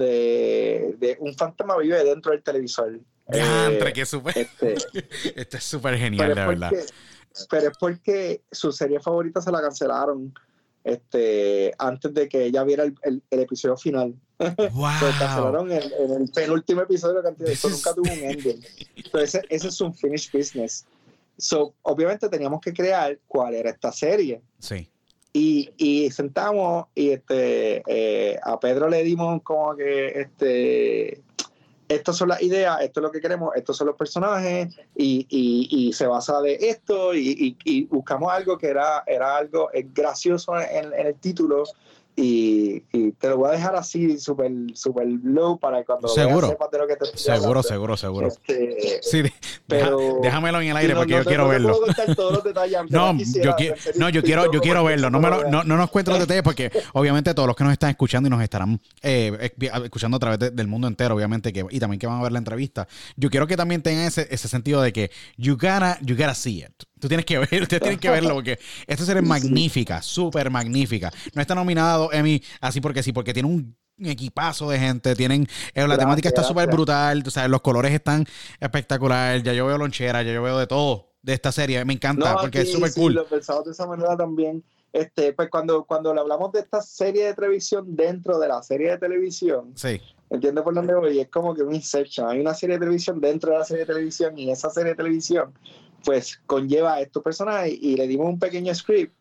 donde de un fantasma vive dentro del televisor. Diantre, eh, que súper este, este es súper genial, de verdad. Pero es porque su serie favorita se la cancelaron este, antes de que ella viera el, el, el episodio final. Wow. Se cancelaron en, en el penúltimo episodio que eso nunca tuvo un ending. Entonces, ese, ese es un finished business. So, obviamente teníamos que crear cuál era esta serie. Sí. Y, y sentamos y este, eh, a Pedro le dimos como que este... estas son las ideas, esto es lo que queremos, estos son los personajes y, y, y se basa de esto y, y, y buscamos algo que era, era algo gracioso en, en el título Y, y te lo voy a dejar así, súper super low, para cuando seguro. veas sepas de lo que te estoy Seguro, hablando. seguro, seguro. Este, sí, pero, deja, déjamelo en el aire no, porque no yo te, quiero no verlo. Te puedo contar todos los detalles, no, quisiera, yo quiero, no, yo quiero, yo quiero verlo. No, me lo, no, no nos cuentes los detalles porque obviamente todos los que nos están escuchando y nos estarán eh, escuchando a través de, del mundo entero, obviamente, que, y también que van a ver la entrevista, yo quiero que también tengan ese, ese sentido de que you gotta, you gotta see it. Tú tienes que ver, ustedes tienen que verlo porque esta serie es magnífica, súper magnífica. No está nominado Emmy así porque sí, porque tiene un equipazo de gente, tienen eh, la gracias, temática está súper gracias. brutal, tú sabes, los colores están espectaculares, ya yo veo lonchera, ya yo veo de todo de esta serie, me encanta No, porque sí, es súper sí, cool. Lo pensamos de esa manera también. Este, pues cuando, cuando le hablamos de esta serie de televisión dentro de la serie de televisión, sí. ¿entiendes por dónde voy? Es como que un Inception. Hay una serie de televisión dentro de la serie de televisión y esa serie de televisión pues conlleva a estos personajes y le dimos un pequeño script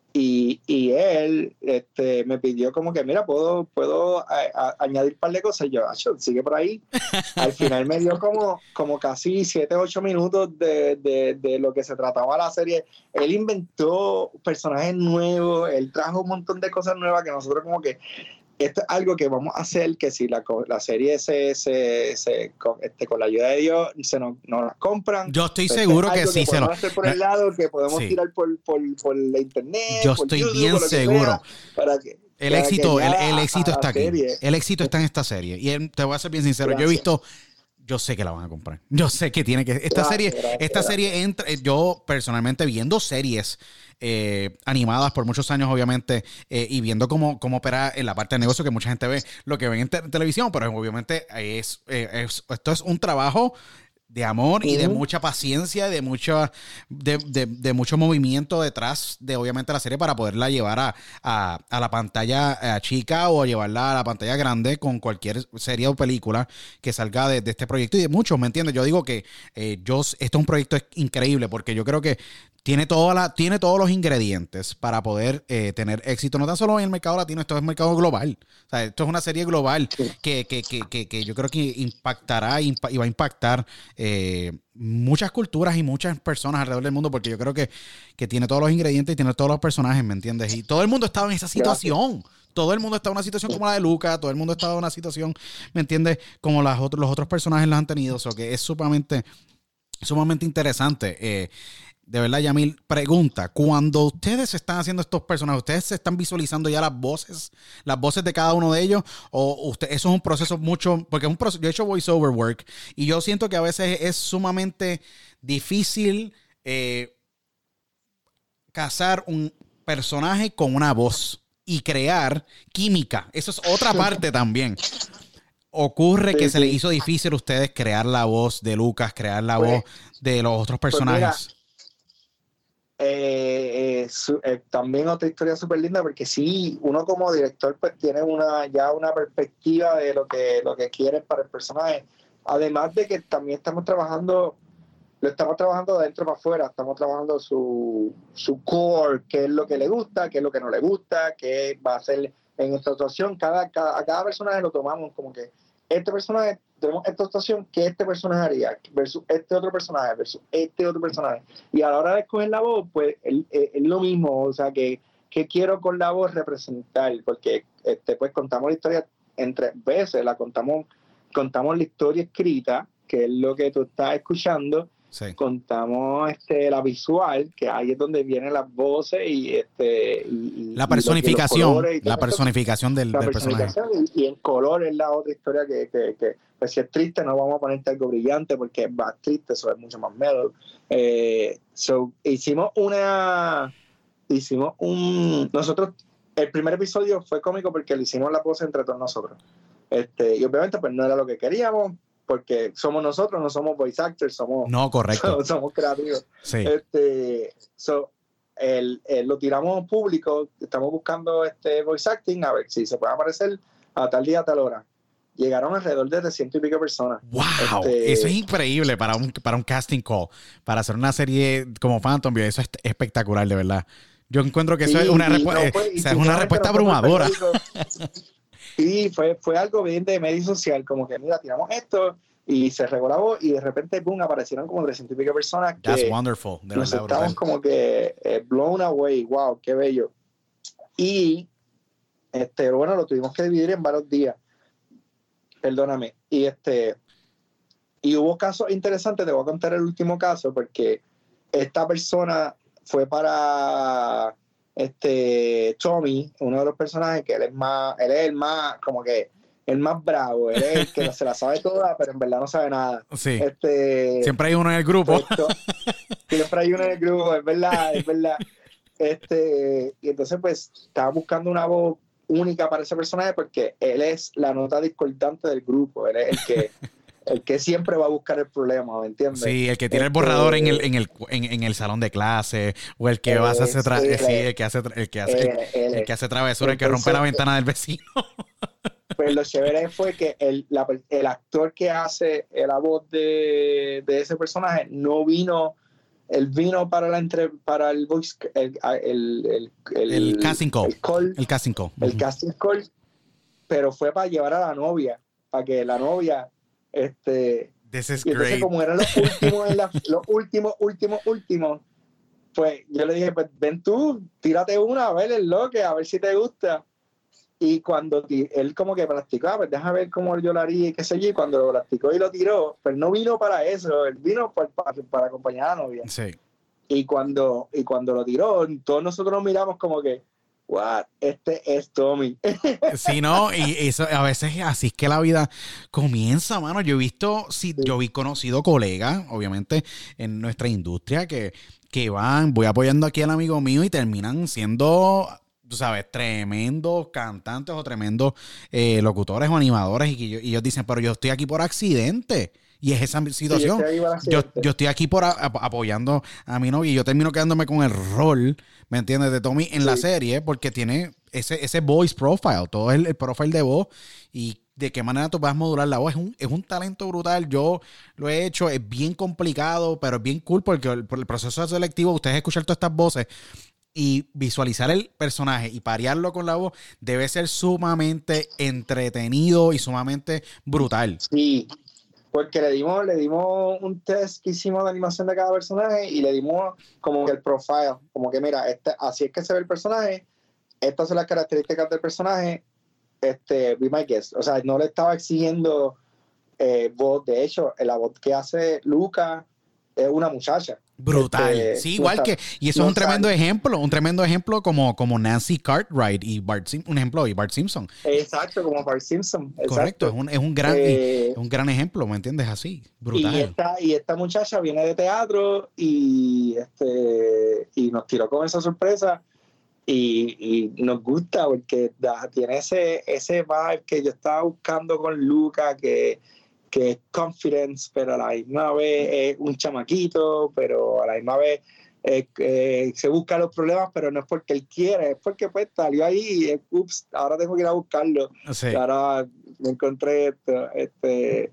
y, y él este, me pidió como que mira, puedo, puedo a, a, añadir un par de cosas y yo, sigue por ahí. Al final me dio como, como casi siete, ocho minutos de, de, de lo que se trataba la serie. Él inventó personajes nuevos, él trajo un montón de cosas nuevas que nosotros como que esto es algo que vamos a hacer que si la, la serie se, se, se con, este, con la ayuda de Dios se nos, nos las compran. Yo estoy seguro que, que sí que se lo hacer por el lado, que podemos sí. tirar por, por, por la internet. Yo por estoy YouTube, bien seguro. Para que, el para éxito, que el, el éxito está aquí. Serie. El éxito está en esta serie. Y te voy a ser bien sincero, gracias. Yo he visto. Yo sé que la van a comprar. Yo sé que tiene que. Esta gracias, serie, gracias, esta gracias. serie entra. Yo personalmente viendo series eh, animadas por muchos años, obviamente, eh, y viendo cómo, cómo opera en la parte de negocio que mucha gente ve, lo que ven en te televisión, pero obviamente es, eh, es esto es un trabajo de amor uh-huh. y de mucha paciencia, de mucho, de, de, de mucho movimiento detrás de obviamente la serie para poderla llevar a, a, a la pantalla a chica o llevarla a la pantalla grande con cualquier serie o película que salga de, de este proyecto y de muchos, ¿me entiendes? Yo digo que eh, yo, este es un proyecto increíble porque yo creo que tiene, toda la, tiene todos los ingredientes para poder eh, tener éxito, no tan solo en el mercado latino, esto es un mercado global. O sea, esto es una serie global que, que, que, que, que yo creo que impactará y va a impactar eh, muchas culturas y muchas personas alrededor del mundo porque yo creo que, que tiene todos los ingredientes y tiene todos los personajes, ¿me entiendes? Y todo el mundo estaba en esa situación. Gracias. Todo el mundo está en una situación como la de Luca, todo el mundo está en una situación, ¿me entiendes? Como las otros, los otros personajes las han tenido, o sea, que es sumamente, sumamente interesante. Eh, De verdad, Yamil, pregunta, cuando ustedes están haciendo estos personajes, ¿ustedes se están visualizando ya las voces, las voces de cada uno de ellos? ¿O usted, eso es un proceso mucho, porque es un proceso, yo he hecho voiceover work y yo siento que a veces es sumamente difícil eh, casar un personaje con una voz y crear química. Eso es otra parte también. ¿Ocurre sí, que sí. se les hizo difícil a ustedes crear la voz de Lucas, crear la pues, voz de los otros personajes? Pues Eh, eh, su, eh, también otra historia súper linda porque sí, uno como director pues tiene una ya una perspectiva de lo que, lo que quiere para el personaje, además de que también estamos trabajando lo estamos trabajando de adentro para afuera, estamos trabajando su, su core, qué es lo que le gusta, qué es lo que no le gusta, qué va a hacer en esta situación. Cada, cada, a cada personaje lo tomamos como que este personaje, tenemos esta situación que este personaje haría versus este otro personaje versus este otro personaje, y a la hora de escoger la voz pues es, es, es lo mismo, o sea que, que quiero con la voz representar, porque este, pues contamos la historia en tres veces, la contamos contamos la historia escrita, que es lo que tú estás escuchando, sí. Contamos este, la visual, que ahí es donde vienen las voces y este y, la personificación, y la personificación del, la del personificación personaje. Y, y en color es la otra historia que, que, que pues si es triste no vamos a ponerte algo brillante porque es más triste, eso es mucho más mellow. Eh, so, hicimos una hicimos un nosotros el primer episodio fue cómico porque lo hicimos la voz entre todos nosotros, este, y obviamente pues no era lo que queríamos porque somos nosotros, no somos voice actors, somos no correcto somos, somos creativos. Sí. Este, so, el, el, lo tiramos público, estamos buscando este voice acting a ver si se puede aparecer a tal día a tal hora. Llegaron alrededor de trescientos y pico personas. ¡Wow! Este, eso es increíble para un, para un casting call, para hacer una serie como Phantom View, eso es espectacular, de verdad. Yo encuentro que eso y, es una, respu no fue, eh, o sea, es una respuesta abrumadora. Sí, fue, fue algo bien de medio social, como que mira, tiramos esto y se regó la voz y de repente, boom, aparecieron como trescientos y pico personas que That's wonderful, de nos verdad, estábamos como que eh, blown away, wow, qué bello. Y Este, bueno, lo tuvimos que dividir en varios días. Perdóname. Y este, y hubo casos interesantes, te voy a contar el último caso, porque esta persona fue para este Tommy, uno de los personajes que él es más, él es el más, como que el más bravo, él es el que se la sabe toda, pero en verdad no sabe nada. Sí. Este, siempre hay uno en el grupo. Esto, siempre hay uno en el grupo, es verdad, es verdad. Este, y entonces pues estaba buscando una voz única para ese personaje porque él es la nota discordante del grupo, él es el que el que siempre va a buscar el problema, ¿me entiendes? Sí, el que tiene este, el borrador en el en el en, en el salón de clase, o el que él va a hacer es, tra- él sí, es, el que hace el que hace él, el, él el que hace travesura, el que rompe entonces, la ventana del vecino. Pues lo chévere fue que el, la, el actor que hace la voz de, de ese personaje no vino, él vino para la entre, para el voice, el, el, el, el, el casting call, el, call, el casting call, el uh-huh. casting call, pero fue para llevar a la novia, para que la novia, este, This is y entonces great. como eran los últimos, en la, los últimos, últimos, últimos, pues yo le dije, pues ven tú, tírate una, a ver el loque, a ver si te gusta. Y cuando t- él como que practicaba, pues déjame ver cómo yo lo haría y qué sé yo, y cuando lo practicó y lo tiró, pues no vino para eso, él vino para, para, para acompañar a la novia. Sí. Y cuando, y cuando lo tiró, todos nosotros nos miramos como que, what, este es Tommy. Sí, no, y eso a veces así es que la vida comienza, mano. Yo he visto, sí, Sí. yo vi conocido colegas, obviamente, en nuestra industria que, que van, voy apoyando aquí al amigo mío y terminan siendo, tú sabes, tremendos cantantes o tremendos eh, locutores o animadores, y que yo- y ellos dicen, pero yo estoy aquí por accidente. Y es esa situación. Sí, este iba a Yo, accidente. yo estoy aquí por a- ap- apoyando a mi novia y yo termino quedándome con el rol, ¿me entiendes? De Tommy en Sí. la serie, porque tiene ese, ese voice profile, todo el, el profile de voz y de qué manera tú vas a modular la voz. Es un, es un talento brutal. Yo lo he hecho, es bien complicado, pero es bien cool porque el, por el proceso selectivo, ustedes escuchan todas estas voces y visualizar el personaje y parearlo con la voz debe ser sumamente entretenido y sumamente brutal. Sí, porque le dimos, le dimos un test que hicimos de animación de cada personaje y le dimos como que el profile, como que mira, este, así es que se ve el personaje, estas son las características del personaje, este, be my guest. O sea, no le estaba exigiendo eh, voz, de hecho, la voz que hace Luca es una muchacha. Brutal. Este, Sí, igual no que, y eso no es un tremendo sabe. ejemplo, un tremendo ejemplo como, como Nancy Cartwright y Bart Sim- un ejemplo y Bart Simpson. Exacto, como Bart Simpson. Correcto, Exacto. es un, es un gran, Eh, es un gran ejemplo, ¿me entiendes? Así, Y brutal. esta, y esta muchacha viene de teatro y, este, y nos tiró con esa sorpresa y, y nos gusta porque da, tiene ese, ese vibe que yo estaba buscando con Luca, que, que es confidence, pero a la misma vez es un chamaquito, pero a la misma vez eh, eh, se busca los problemas, pero no es porque él quiere, es porque pues salió ahí y eh, ups, ahora tengo que ir a buscarlo. Sí. Y ahora me encontré esto, este...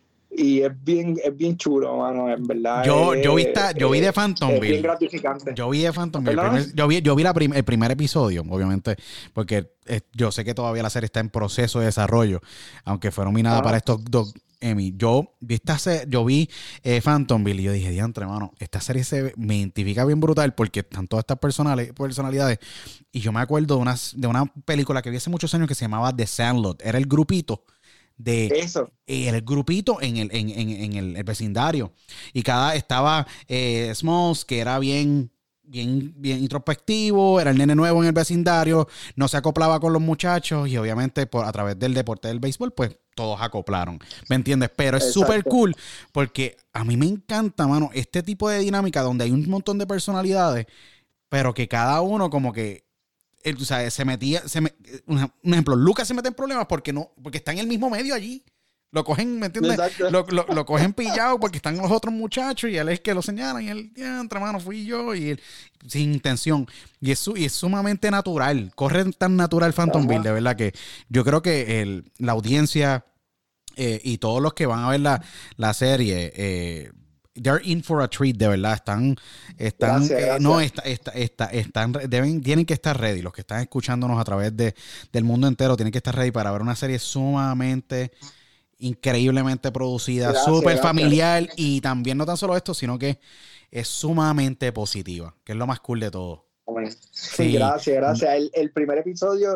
Y es bien, es bien chulo, mano, en verdad. Yo, es, yo vi esta- yo vi de es bien Phantomville. gratificante. Yo vi de Phantomville. el ¿Perdón? primer- yo vi, yo vi la prim- el primer episodio, obviamente, porque eh, yo sé que todavía la serie está en proceso de desarrollo, aunque fue nominada Ah. para estos dos Emmy. Yo vi esta se- yo vi eh, Phantomville y yo dije, diantre, hermano, esta serie se me identifica bien brutal porque están todas estas personali- personalidades. Y yo me acuerdo de una, de una película que vi hace muchos años que se llamaba The Sandlot. Era el grupito de Eso. eh, el grupito en el, en, en- en el, el vecindario. Y cada estaba eh, Smalls, que era bien, bien, bien introspectivo, era el nene nuevo en el vecindario, no se acoplaba con los muchachos y obviamente por, a través del deporte del béisbol, pues todos acoplaron. ¿Me entiendes? Pero es Exacto. súper cool porque a mí me encanta, mano, este tipo de dinámica donde hay un montón de personalidades, pero que cada uno como que él, tú sabes, se metía, se me, un, un ejemplo, Lucas se mete en problemas porque no, porque está en el mismo medio allí. Lo cogen, ¿me entiendes? Exacto. Lo, lo, lo cogen pillado porque están los otros muchachos y él es que lo señalan y él, ya, entre mano, fui yo y él, sin intención. Y es, su- y es sumamente natural. Corre tan natural Phantomville, Ajá. de verdad que yo creo que el, la audiencia eh, y todos los que van a ver la, la serie, eh, they're in for a treat, de verdad. Están, están, Gracias, eh, gracias. no, está, está, está, están, deben, tienen que estar ready. Los que están escuchándonos a través de, del mundo entero tienen que estar ready para ver una serie sumamente, increíblemente producida, Gracias, súper gracias. familiar y también no tan solo esto, sino que es sumamente positiva, que es lo más cool de todo. Amén. Sí. Gracias, gracias. El, el primer episodio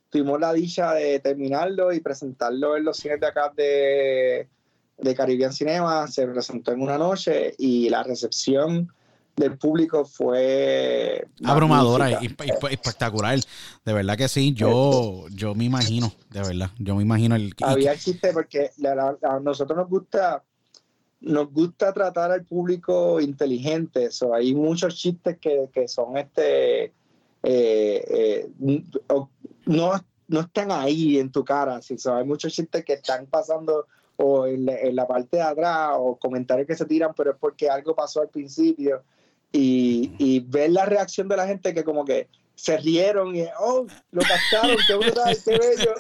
tuvimos la dicha de terminarlo y presentarlo en los cines de acá de, de Caribbean Cinema. Se presentó en una noche y la recepción del público fue abrumadora y, y, y espectacular. De verdad que sí. Yo, yo me imagino, de verdad. Yo me imagino el. Había el chiste porque la, la, a nosotros nos gusta. Nos gusta tratar al público inteligente. So, hay muchos chistes que, que son este eh, eh, no, no están ahí en tu cara. ¿Sí? So, hay muchos chistes que están pasando o en la, en la parte de atrás o comentarios que se tiran, pero es porque algo pasó al principio. Y, y ver la reacción de la gente que como que se rieron y oh, lo captaron, qué brutal, qué bello.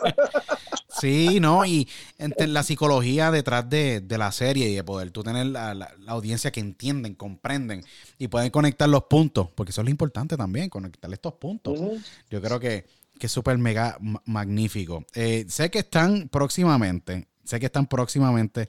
Sí, no, y entre la psicología detrás de, de la serie y de poder tú tener la, la, la audiencia que entienden, comprenden y pueden conectar los puntos, porque eso es lo importante también, conectar estos puntos. Uh-huh. Yo creo que, que es súper mega magnífico. Eh, sé que están próximamente, sé que están próximamente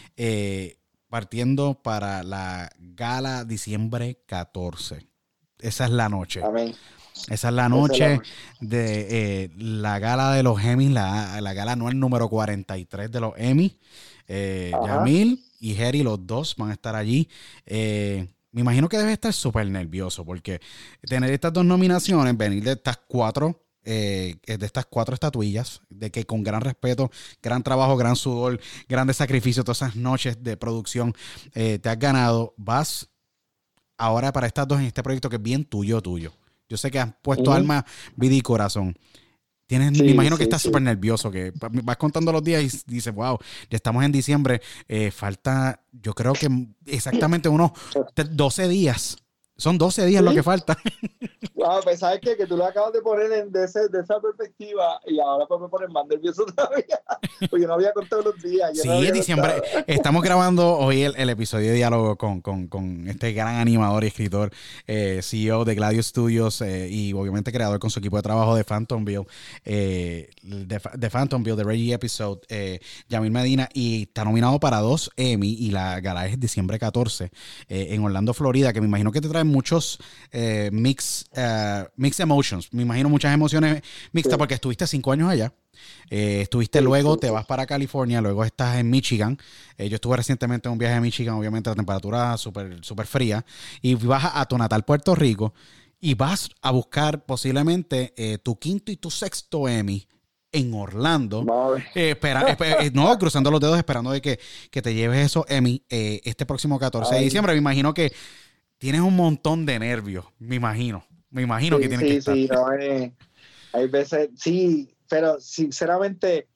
eh, partiendo para la gala diciembre catorce. Esa es la noche. Amén. Esa es la noche de eh, la gala de los Emmys, la, la gala anual número cuarenta y tres de los Emmys. Eh, Yamil y Jerry, los dos, van a estar allí. Eh, me imagino que debe estar súper nervioso porque tener estas dos nominaciones, venir de estas cuatro, eh, de estas cuatro estatuillas, de que con gran respeto, gran trabajo, gran sudor, grandes sacrificios, todas esas noches de producción, eh, te has ganado. Vas ahora para estas dos en este proyecto que es bien tuyo, tuyo. Yo sé que has puesto uh-huh. alma, vida y corazón. Tienes, sí, me imagino sí, que estás súper sí. nervioso, que vas contando los días y dices, wow, ya estamos en diciembre. Eh, falta, yo creo que exactamente unos doce días. Son doce días ¿Sí? lo que falta. Wow, pues sabes qué? Que tú lo acabas de poner en, de, ese, de esa perspectiva y ahora pues me pones más nervioso todavía. Porque yo no había contado los días. Sí, no diciembre. Contado. Estamos grabando hoy el, el episodio de diálogo con, con, con este gran animador y escritor, eh, C E O de Gladius Studios eh, y obviamente creador con su equipo de trabajo de Phantomville, eh, de, de Phantomville, de Reggie Episode, eh, Yamil Medina, y está nominado para dos Emmy y la gala es diciembre catorce eh, en Orlando, Florida, que me imagino que te trae muchos eh, mix, uh, mixed emotions. Me imagino muchas emociones mixtas sí. porque estuviste cinco años allá. Eh, estuviste sí, luego, sí. te vas para California, luego estás en Michigan. Eh, yo estuve recientemente en un viaje a Michigan, obviamente la temperatura súper super fría. Y vas a, a tu natal Puerto Rico y vas a buscar posiblemente eh, tu quinto y tu sexto Emmy en Orlando, no, eh, espera, espera, no, cruzando los dedos esperando de que, que te lleves esos Emmy eh, este próximo catorce Ay. de diciembre. Me imagino que tienes un montón de nervios, me imagino. Me imagino sí, que tienes sí, que estar. Sí, no, eh, hay veces, sí, pero sinceramente,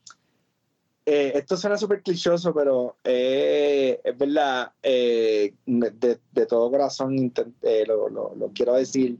eh, esto suena súper clichoso, pero eh, es verdad, eh, de, de todo corazón intent, eh, lo, lo, lo quiero decir.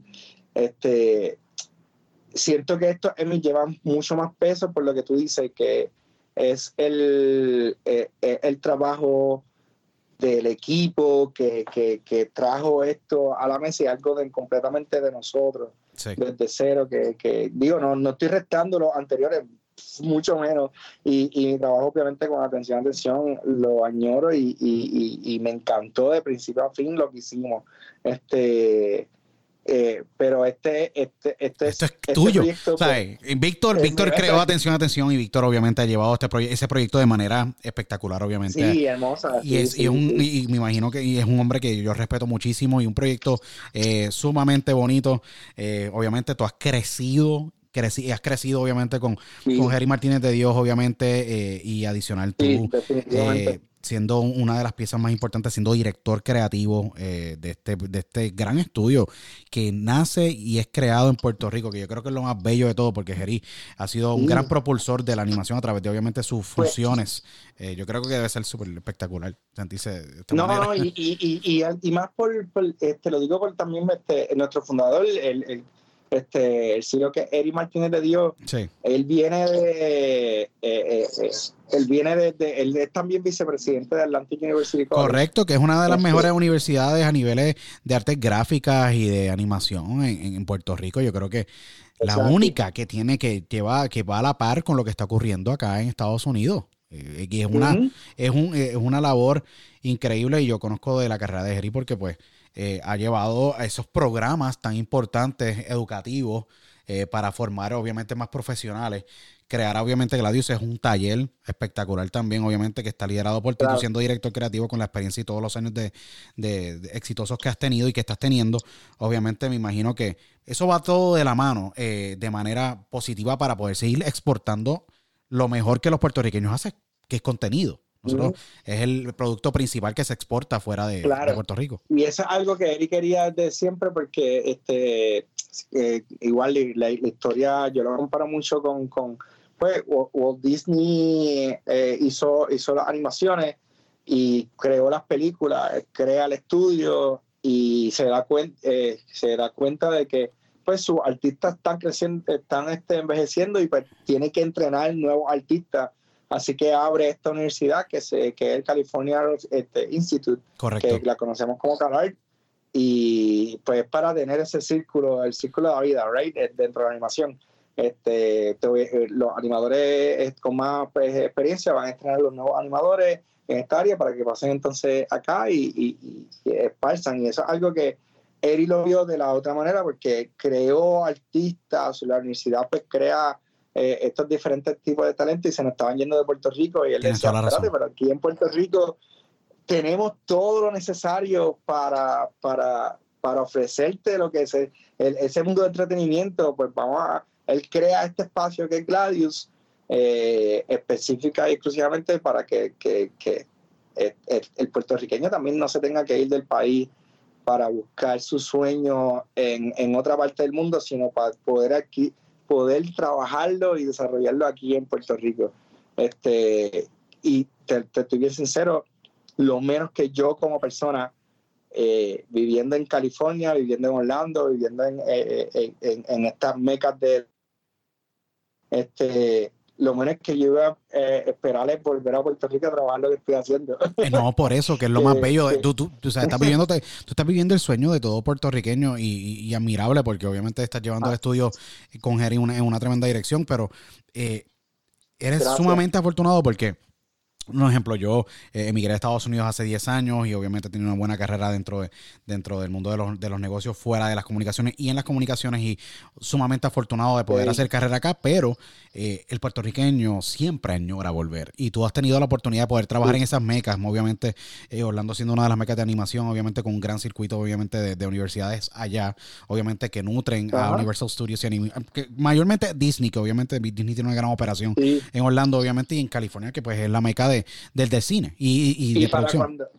Este, siento que estos Emmy llevan mucho más peso por lo que tú dices, que es el, eh, el trabajo del equipo que, que, que trajo esto a la mesa y algo de, completamente de nosotros, sí. desde cero, que, que digo, no, no estoy restando los anteriores, mucho menos, y, y mi trabajo obviamente con atención, atención, lo añoro y, y, y, y me encantó de principio a fin lo que hicimos. Este... Eh, pero este, este, este esto es este tuyo. Proyecto, ¿sabes? Víctor, Víctor creó Atención, Atención y Víctor obviamente ha llevado este proye- ese proyecto de manera espectacular, obviamente. Sí, hermosa. Y, sí, es, sí, y, un, sí. y me imagino que y es un hombre que yo respeto muchísimo y un proyecto eh, sumamente bonito. Eh, obviamente tú has crecido. Creci- has crecido obviamente con, sí. con Jerry Martínez de Dios, obviamente, eh, y adicional tú, sí, eh, siendo una de las piezas más importantes, siendo director creativo eh, de, este, de este gran estudio que nace y es creado en Puerto Rico, que yo creo que es lo más bello de todo, porque Jerry ha sido un sí. gran propulsor de la animación a través de obviamente sus funciones. Eh, yo creo que debe ser súper espectacular sentirse de esta no, manera. No, y, y, y, y, y más por, por este, lo digo por también este, nuestro fundador, el, el Este, el señor que Eric Martínez de Dios, sí. él viene de, eh, eh, eh, él viene de, de, él es también vicepresidente de Atlantic University College. Correcto, que es una de las este, mejores universidades a niveles de artes gráficas y de animación en, en Puerto Rico. Yo creo que la exacto. única que tiene que, que va, que va a la par con lo que está ocurriendo acá en Estados Unidos. Eh, y es una, uh-huh. es, un, es una labor increíble y yo conozco de la carrera de Jerry porque pues Eh, ha llevado a esos programas tan importantes educativos eh, para formar obviamente más profesionales. Crear obviamente Gladius es un taller espectacular también, obviamente, que está liderado por ti, Claro. tú siendo director creativo con la experiencia y todos los años de, de, de exitosos que has tenido y que estás teniendo. Obviamente me imagino que eso va todo de la mano, eh, de manera positiva para poder seguir exportando lo mejor que los puertorriqueños hacen, que es contenido. Nosotros, uh-huh. es el producto principal que se exporta fuera de, claro. de Puerto Rico. Y eso es algo que Eric quería de siempre, porque este eh, igual la, la historia yo lo comparo mucho con, con pues Walt Disney eh, hizo, hizo las animaciones y creó las películas, crea el estudio y se da cuenta eh, se da cuenta de que pues sus artistas están creciendo, están este, envejeciendo y pues tiene que entrenar nuevos artistas. Así que abre esta universidad que, se, que es el California este, Institute, Correcto. Que la conocemos como CalArts, y pues para tener ese círculo, el círculo de la vida, right, dentro de la animación. Este, te, los animadores con más pues, experiencia van a entrenar a los nuevos animadores en esta área para que pasen entonces acá y, y, y esparzan. Y eso es algo que Eri lo vio de la otra manera, porque creó artistas, la universidad pues crea eh, estos diferentes tipos de talentos y se nos estaban yendo de Puerto Rico y él Tienes decía, toda la razón. espérate, pero aquí en Puerto Rico tenemos todo lo necesario para, para, para ofrecerte lo que es el, el, ese mundo de entretenimiento. Pues vamos a, él crea este espacio que es Gladius, eh, específica y exclusivamente para que, que, que el, el puertorriqueño también no se tenga que ir del país para buscar su sueño en, en otra parte del mundo, sino para poder aquí poder trabajarlo y desarrollarlo aquí en Puerto Rico. Este, y te, te estoy bien sincero, lo menos que yo como persona, eh, viviendo en California, viviendo en Orlando, viviendo en, eh, en, en estas mecas de este, lo menos que yo iba a eh, esperar es volver a Puerto Rico a trabajar lo que estoy haciendo. Eh, no, por eso, que es lo que, más bello. De, que, tú, tú, tú, o sea, estás viviendo, tú estás viviendo el sueño de todo puertorriqueño y, y, y admirable, porque obviamente estás llevando ah. el estudio con Jerry en una, en una tremenda dirección, pero eh, eres Gracias. sumamente afortunado porque... Un ejemplo, yo eh, emigré a Estados Unidos hace diez años y obviamente he tenido una buena carrera dentro, de, dentro del mundo de los, de los negocios, fuera de las comunicaciones y en las comunicaciones, y sumamente afortunado de poder sí. hacer carrera acá, pero eh, el puertorriqueño siempre añora volver, y tú has tenido la oportunidad de poder trabajar sí. en esas mecas, obviamente eh, Orlando siendo una de las mecas de animación, obviamente con un gran circuito obviamente de, de universidades allá, obviamente que nutren Ajá. a Universal Studios y anim- que mayormente Disney, que obviamente Disney tiene una gran operación sí. en Orlando obviamente, y en California, que pues es la meca de del, del cine y, y, y de para producción. Cuando,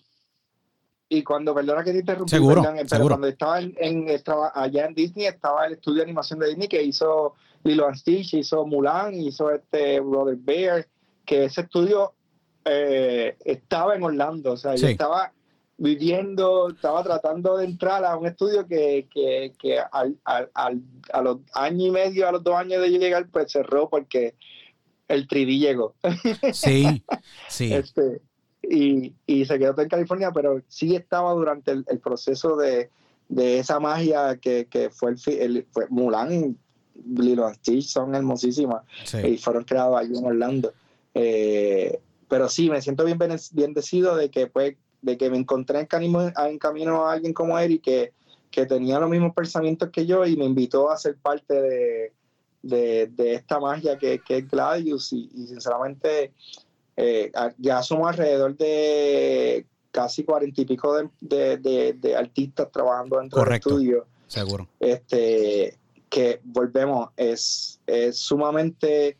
y cuando, perdona que te interrumpí, seguro, perdón, pero seguro. cuando estaba, en, en, estaba allá en Disney, estaba el estudio de animación de Disney que hizo Lilo and Stitch, hizo Mulan, hizo este Brother Bear, que ese estudio eh, estaba en Orlando, o sea, sí. yo estaba viviendo, estaba tratando de entrar a un estudio que, que, que al, al, al, a los años y medio, a los dos años de llegar, pues cerró porque el tres D llegó. Sí, sí. Este, y, y se quedó todo en California, pero sí estaba durante el, el proceso de, de esa magia que, que fue, el, el fue Mulan y Lilo and Stitch, son hermosísimas sí. y fueron creados allí en Orlando. Eh, pero sí, me siento bien bendecido de que, pues, de que me encontré en camino, en camino a alguien como él y que, que tenía los mismos pensamientos que yo y me invitó a ser parte de De, de esta magia que, que es Gladius y, y sinceramente eh, ya somos alrededor de casi cuarenta y pico de, de, de, de artistas trabajando dentro Correcto. del estudio. Seguro. Este, que volvemos, es, es sumamente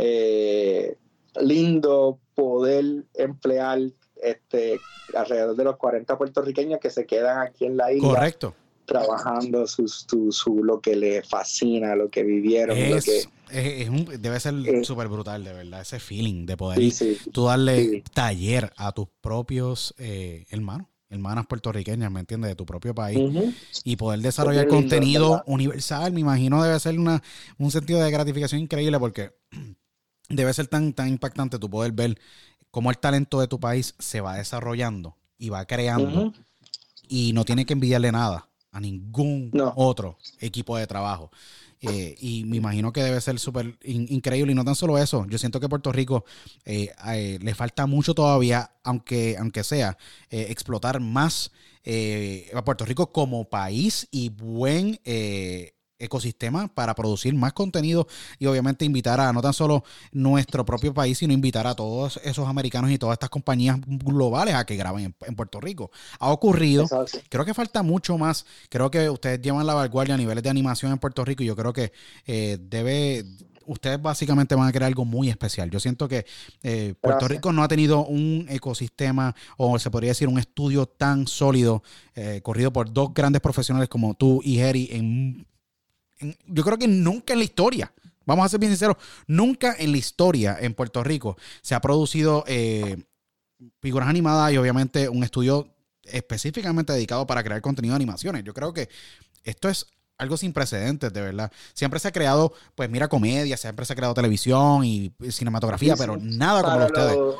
eh, lindo poder emplear este, alrededor de los cuarenta puertorriqueños que se quedan aquí en la isla. Correcto. Trabajando su, su, su, lo que le fascina, lo que vivieron. Es, lo que, es, es un, debe ser súper brutal, de verdad, ese feeling de poder sí, sí, tú darle sí. taller a tus propios eh, hermanos, hermanas puertorriqueñas, ¿me entiendes? De tu propio país, uh-huh. y poder desarrollar lindo, contenido ¿verdad? Universal, me imagino debe ser una, un sentido de gratificación increíble, porque debe ser tan, tan impactante tu poder ver cómo el talento de tu país se va desarrollando y va creando, uh-huh. y no tiene que envidiarle nada a ningún no. otro equipo de trabajo. Eh, y me imagino que debe ser súper in- increíble. Y no tan solo eso, yo siento que Puerto Rico eh, eh, le falta mucho todavía, aunque, aunque sea, eh, explotar más eh, a Puerto Rico como país y buen... Eh, ecosistema para producir más contenido y obviamente invitar a no tan solo nuestro propio país, sino invitar a todos esos americanos y todas estas compañías globales a que graben en, en Puerto Rico. Ha ocurrido, Exacto. Creo que falta mucho más, creo que ustedes llevan la vanguardia a niveles de animación en Puerto Rico y yo creo que eh, debe... Ustedes básicamente van a crear algo muy especial. Yo siento que eh, Puerto Gracias. Rico no ha tenido un ecosistema o se podría decir un estudio tan sólido eh, corrido por dos grandes profesionales como tú y Jerry en yo creo que nunca en la historia, vamos a ser bien sinceros, nunca en la historia en Puerto Rico se ha producido eh, figuras animadas y obviamente un estudio específicamente dedicado para crear contenido de animaciones. Yo creo que esto es algo sin precedentes, de verdad. Siempre se ha creado, pues mira, comedia, siempre se ha creado televisión y cinematografía, sí, pero sí. nada como lo ustedes. Lo,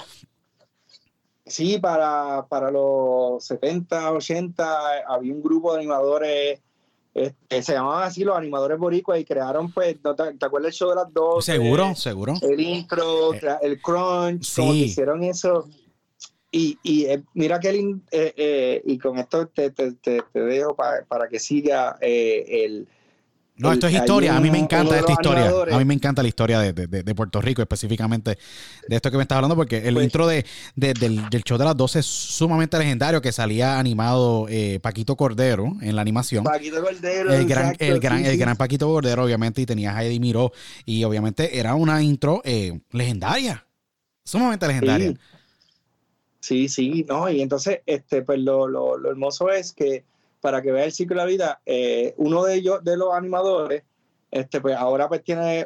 sí, para, para los setenta, ochenta había un grupo de animadores. Este, se llamaban así los animadores boricuas y crearon, pues, ¿te, ¿te acuerdas el show de las dos? Seguro, eh, seguro. El intro, eh, el crunch, sí. como que hicieron eso. Y, y eh, mira qué lindo, eh, eh, y con esto te, te, te, te dejo para, para que siga eh, el... No, esto es historia. A mí me encanta esta historia. A mí me encanta la historia de, de, de Puerto Rico, específicamente de esto que me estás hablando, porque el pues, intro de, de, del, del show de las doce es sumamente legendario, que salía animado eh, Paquito Cordero en la animación. Paquito Cordero, el gran, exacto, el gran, sí, el sí. gran Paquito Cordero, obviamente, y tenías a Eddie Miró, y obviamente era una intro eh, legendaria, sumamente legendaria. Sí, sí, sí, no, y entonces, este, pues lo, lo, lo hermoso es que para que vea el ciclo de la vida, eh, uno de ellos, de los animadores, este, pues ahora pues tiene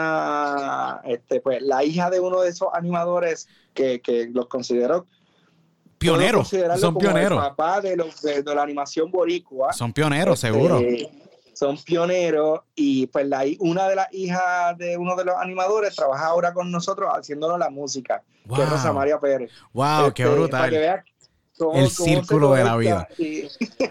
una, este, pues la hija de uno de esos animadores que, que los consideró pioneros, son como pioneros. El papá de, los, de, de la animación boricua. Son pioneros, este, seguro. Son pioneros y pues la, una de las hijas de uno de los animadores trabaja ahora con nosotros haciéndonos la música, wow. que es Rosa María Pérez. Wow, este, qué brutal. Para que veas cómo, el cómo círculo de la vida. Y...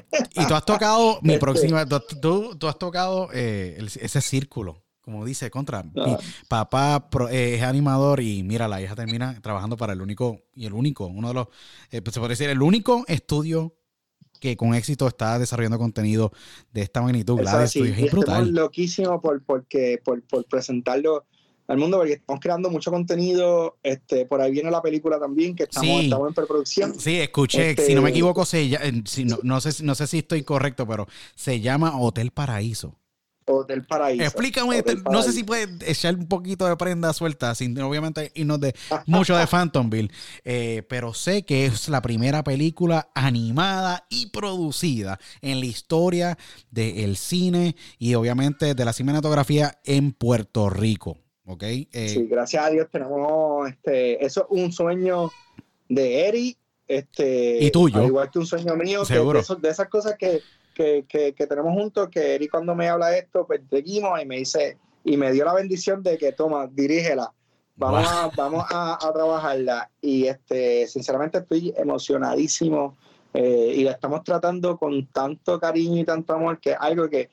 y tú has tocado, mi este... próxima, tú, tú, tú has tocado eh, el, ese círculo, como dice, contra, no. mi papá pro, eh, es animador y mira, la hija termina trabajando para el único, y el único, uno de los, eh, pues se puede decir, el único estudio que con éxito está desarrollando contenido de esta magnitud. Gladys Studios, es brutal. Estamos loquísimos por, porque, por, por presentarlo al mundo, porque estamos creando mucho contenido. Este, por ahí viene la película también, que estamos, sí, estamos en preproducción. Sí, escuché, este, si no me equivoco, se, si, no, no, sé, no sé si estoy correcto, pero se llama Hotel Paraíso. Hotel Paraíso. Explícame, Hotel no Paraíso. sé si puedes echar un poquito de prenda suelta, sin obviamente irnos de mucho de Phantomville, eh, pero sé que es la primera película animada y producida en la historia del cine y obviamente de la cinematografía en Puerto Rico. ¿Okay? Eh, sí, gracias a Dios tenemos, este, eso es un sueño de Eri, este, y tuyo. Al igual que un sueño mío, seguro. Que de, esos, de esas cosas que Que, que, que tenemos juntos, que Eri cuando me habla de esto, pues seguimos y me dice, y me dio la bendición de que toma, dirígela, vamos, wow. a, vamos a, a trabajarla. Y este, sinceramente estoy emocionadísimo eh, y la estamos tratando con tanto cariño y tanto amor, que es algo que,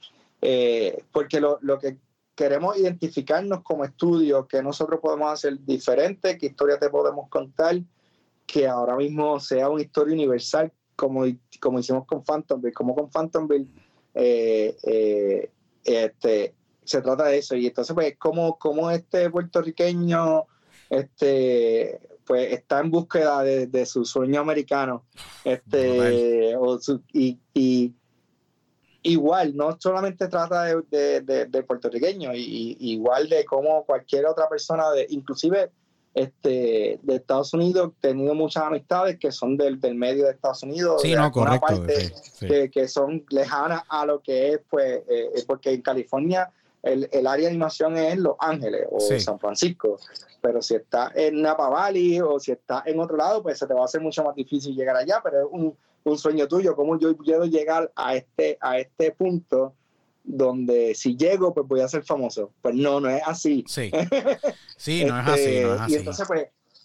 eh, porque lo, lo que queremos identificarnos como estudio, que nosotros podemos hacer diferente, qué historia te podemos contar, que ahora mismo sea una historia universal, Como, como hicimos con Phantomville, como con Phantomville eh, eh, este, se trata de eso. Y entonces, pues, como, como este puertorriqueño este, pues, está en búsqueda de, de su sueño americano. Este, o su, y, y igual, no solamente trata de, de, de, de puertorriqueños, y, y igual de como cualquier otra persona, de, inclusive Este, de Estados Unidos, he tenido muchas amistades que son del, del medio de Estados Unidos, sí, de no, correcto, parte sí, sí. Que, que son lejanas a lo que es, pues, eh, porque en California el, el área de animación es Los Ángeles o sí. San Francisco, pero si estás en Napa Valley o si estás en otro lado, pues se te va a hacer mucho más difícil llegar allá, pero es un, un sueño tuyo, cómo yo puedo llegar a este, a este punto donde si llego, pues voy a ser famoso. Pues no, no es así. Sí, sí, no este, es así, no es así. Y entonces, pues,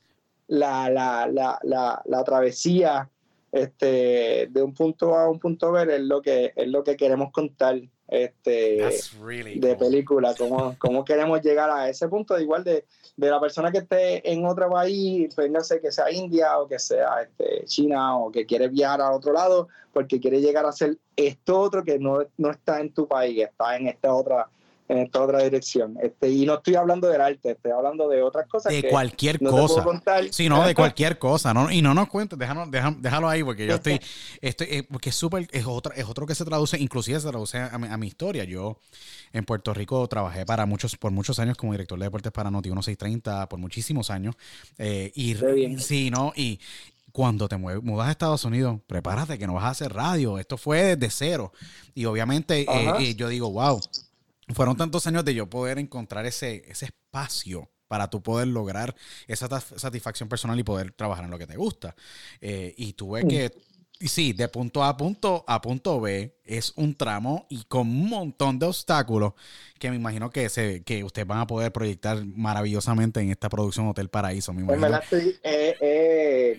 la, la, la, la, la travesía este, de un punto A a un punto B es lo que, es lo que queremos contar. este, really de cool. película, cómo, cómo queremos llegar a ese punto, de igual de, de la persona que esté en otro país, véngase que sea India o que sea este, China o que quiere viajar a otro lado porque quiere llegar a hacer esto otro que no, no está en tu país, está en esta otra en esta otra dirección. Este, y no estoy hablando del arte, estoy hablando de otras cosas. De que cualquier no cosa. Te puedo contar. Sí, no, de cualquier cosa. No, y no nos cuentes, déjalo, déjalo, déjalo ahí, porque yo estoy, estoy eh, porque es súper, es otro, es otro que se traduce, inclusive se traduce a mi, a mi historia. Yo en Puerto Rico trabajé para muchos, por muchos años como director de deportes para Noti dieciséis treinta, por muchísimos años. Eh, y bien. sí, ¿no? Y cuando te mudas a Estados Unidos, prepárate que no vas a hacer radio. Esto fue desde cero. Y obviamente eh, eh, yo digo, wow. Fueron tantos años de yo poder encontrar ese, ese espacio para tú poder lograr esa satisfacción personal y poder trabajar en lo que te gusta. Eh, y tuve que, y sí, de punto A a punto a punto B es un tramo y con un montón de obstáculos que me imagino que, se, que ustedes van a poder proyectar maravillosamente en esta producción Hotel Paraíso. Me imagino. En verdad, estoy, eh, eh,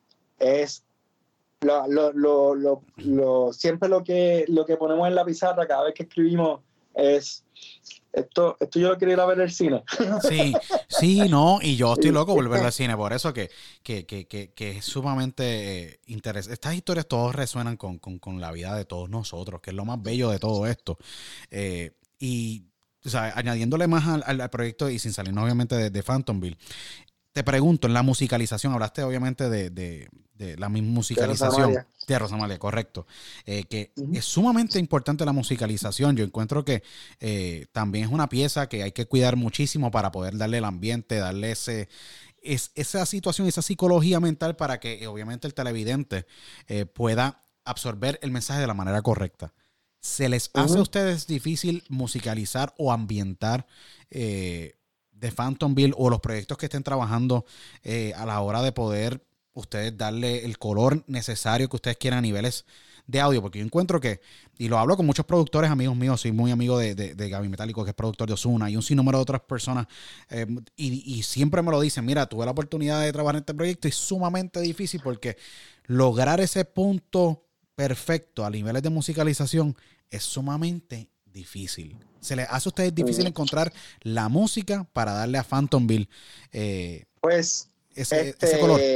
es lo, lo, lo, lo, lo, siempre lo que, lo que ponemos en la pizarra cada vez que escribimos es esto, esto yo lo quiero ir a ver el cine. Sí, sí, no, y yo estoy loco por ver el cine, por eso que, que, que, que, que es sumamente eh, interesante. Estas historias todos resuenan con, con, con la vida de todos nosotros, que es lo más bello de todo esto. Eh, y, o sea, añadiéndole más al, al proyecto y sin salirnos obviamente de, de Phantomville, te pregunto, en la musicalización, hablaste obviamente de, de, de la musicalización. De De Rosa Amalia, correcto. Eh, que uh-huh. Es sumamente importante la musicalización. Yo encuentro que eh, también es una pieza que hay que cuidar muchísimo para poder darle el ambiente, darle ese, es, esa situación, esa psicología mental para que eh, obviamente el televidente eh, pueda absorber el mensaje de la manera correcta. ¿Se les uh-huh. hace a ustedes difícil musicalizar o ambientar eh, de Phantomville o los proyectos que estén trabajando eh, a la hora de poder ustedes darle el color necesario que ustedes quieran a niveles de audio? Porque yo encuentro que, y lo hablo con muchos productores amigos míos, soy muy amigo de, de, de Gaby Metálico, que es productor de Ozuna, y un sinnúmero de otras personas, eh, y, y siempre me lo dicen, mira, tuve la oportunidad de trabajar en este proyecto y es sumamente difícil porque lograr ese punto perfecto a niveles de musicalización es sumamente difícil. ¿Se les hace a ustedes difícil encontrar la música para darle a Phantomville eh, pues, ese, este... ese color?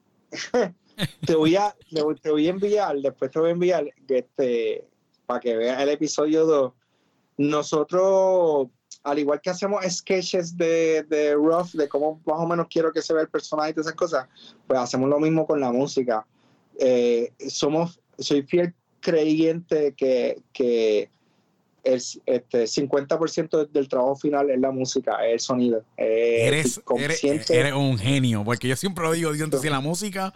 te voy a te voy a enviar después te voy a enviar este para que veas el episodio dos. Nosotros, al igual que hacemos sketches de, de Rough, de cómo más o menos quiero que se vea el personaje y todas esas cosas, pues hacemos lo mismo con la música. Eh, somos soy fiel creyente que, que el este, cincuenta por ciento del trabajo final es la música, es el sonido. Eh, eres, eres, eres un genio, porque yo siempre lo digo, Dios, entonces la música...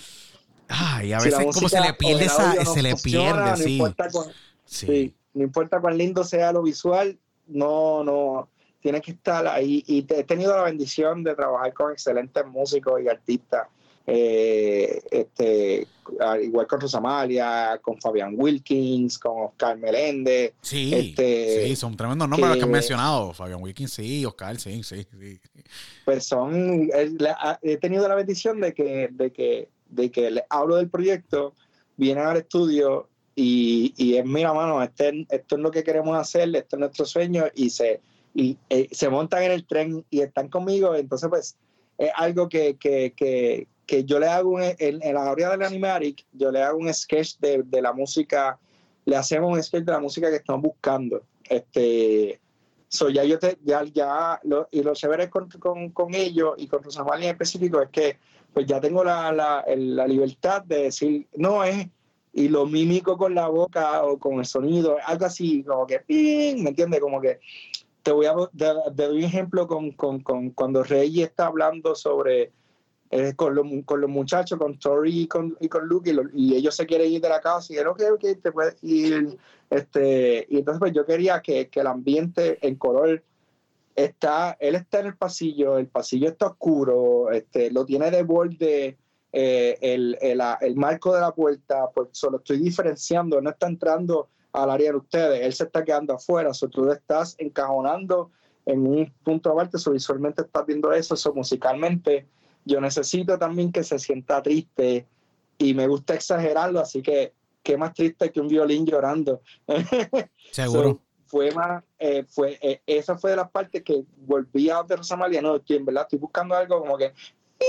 Ay, a veces si como se le pierde esa... No se le pierde, no sí. Importa cuán, sí. sí. No importa cuán lindo sea lo visual, no, no... Tiene que estar ahí. Y te, he tenido la bendición de trabajar con excelentes músicos y artistas. Eh, este, igual con Rosa Amalia, con Fabián Wilkins, con Oscar Meléndez. Sí, este, sí, son tremendos nombres que, los que han mencionado. Fabián Wilkins, sí, Oscar, sí, sí, sí. Pues son, he tenido la bendición de que, de que, de que les hablo del proyecto, vienen al estudio y, y es, mira, mano, este, esto es lo que queremos hacer, esto es nuestro sueño, y se, y, eh, se montan en el tren y están conmigo. Entonces, pues, es algo que, que, que que yo le hago un, en, en la área del Animatic, yo le hago un sketch de, de la música, le hacemos un sketch de la música que estamos buscando. Este, so ya yo te, ya, ya lo, y lo chévere con, con, con ellos y con Rosa Amalia en específico es que pues ya tengo la, la, la libertad de decir, no es, y lo mímico con la boca o con el sonido, algo así, como que, ¿me entiendes? Como que te voy a, te, te doy un ejemplo con, con, con cuando Rey está hablando sobre Eh, con, los, con los muchachos, con Tori y con, y con Luke, y, lo, y ellos se quieren ir de la casa, y él, ok, ok, te puedes ir. Este, y entonces, pues yo quería que, que el ambiente en color está, él está en el pasillo, el pasillo está oscuro, este, lo tiene de borde eh, el, el, el marco de la puerta, pues solo estoy diferenciando, no está entrando al área de ustedes, él se está quedando afuera, o sea, tú estás encajonando en un punto aparte, so, visualmente estás viendo eso, so, musicalmente. Yo necesito también que se sienta triste y me gusta exagerarlo, así que, qué más triste que un violín llorando. Seguro. So, fue más, eh, fue, eh, esa fue de las partes que volví a ver Rosa Amalia. No, estoy, en verdad estoy buscando algo como que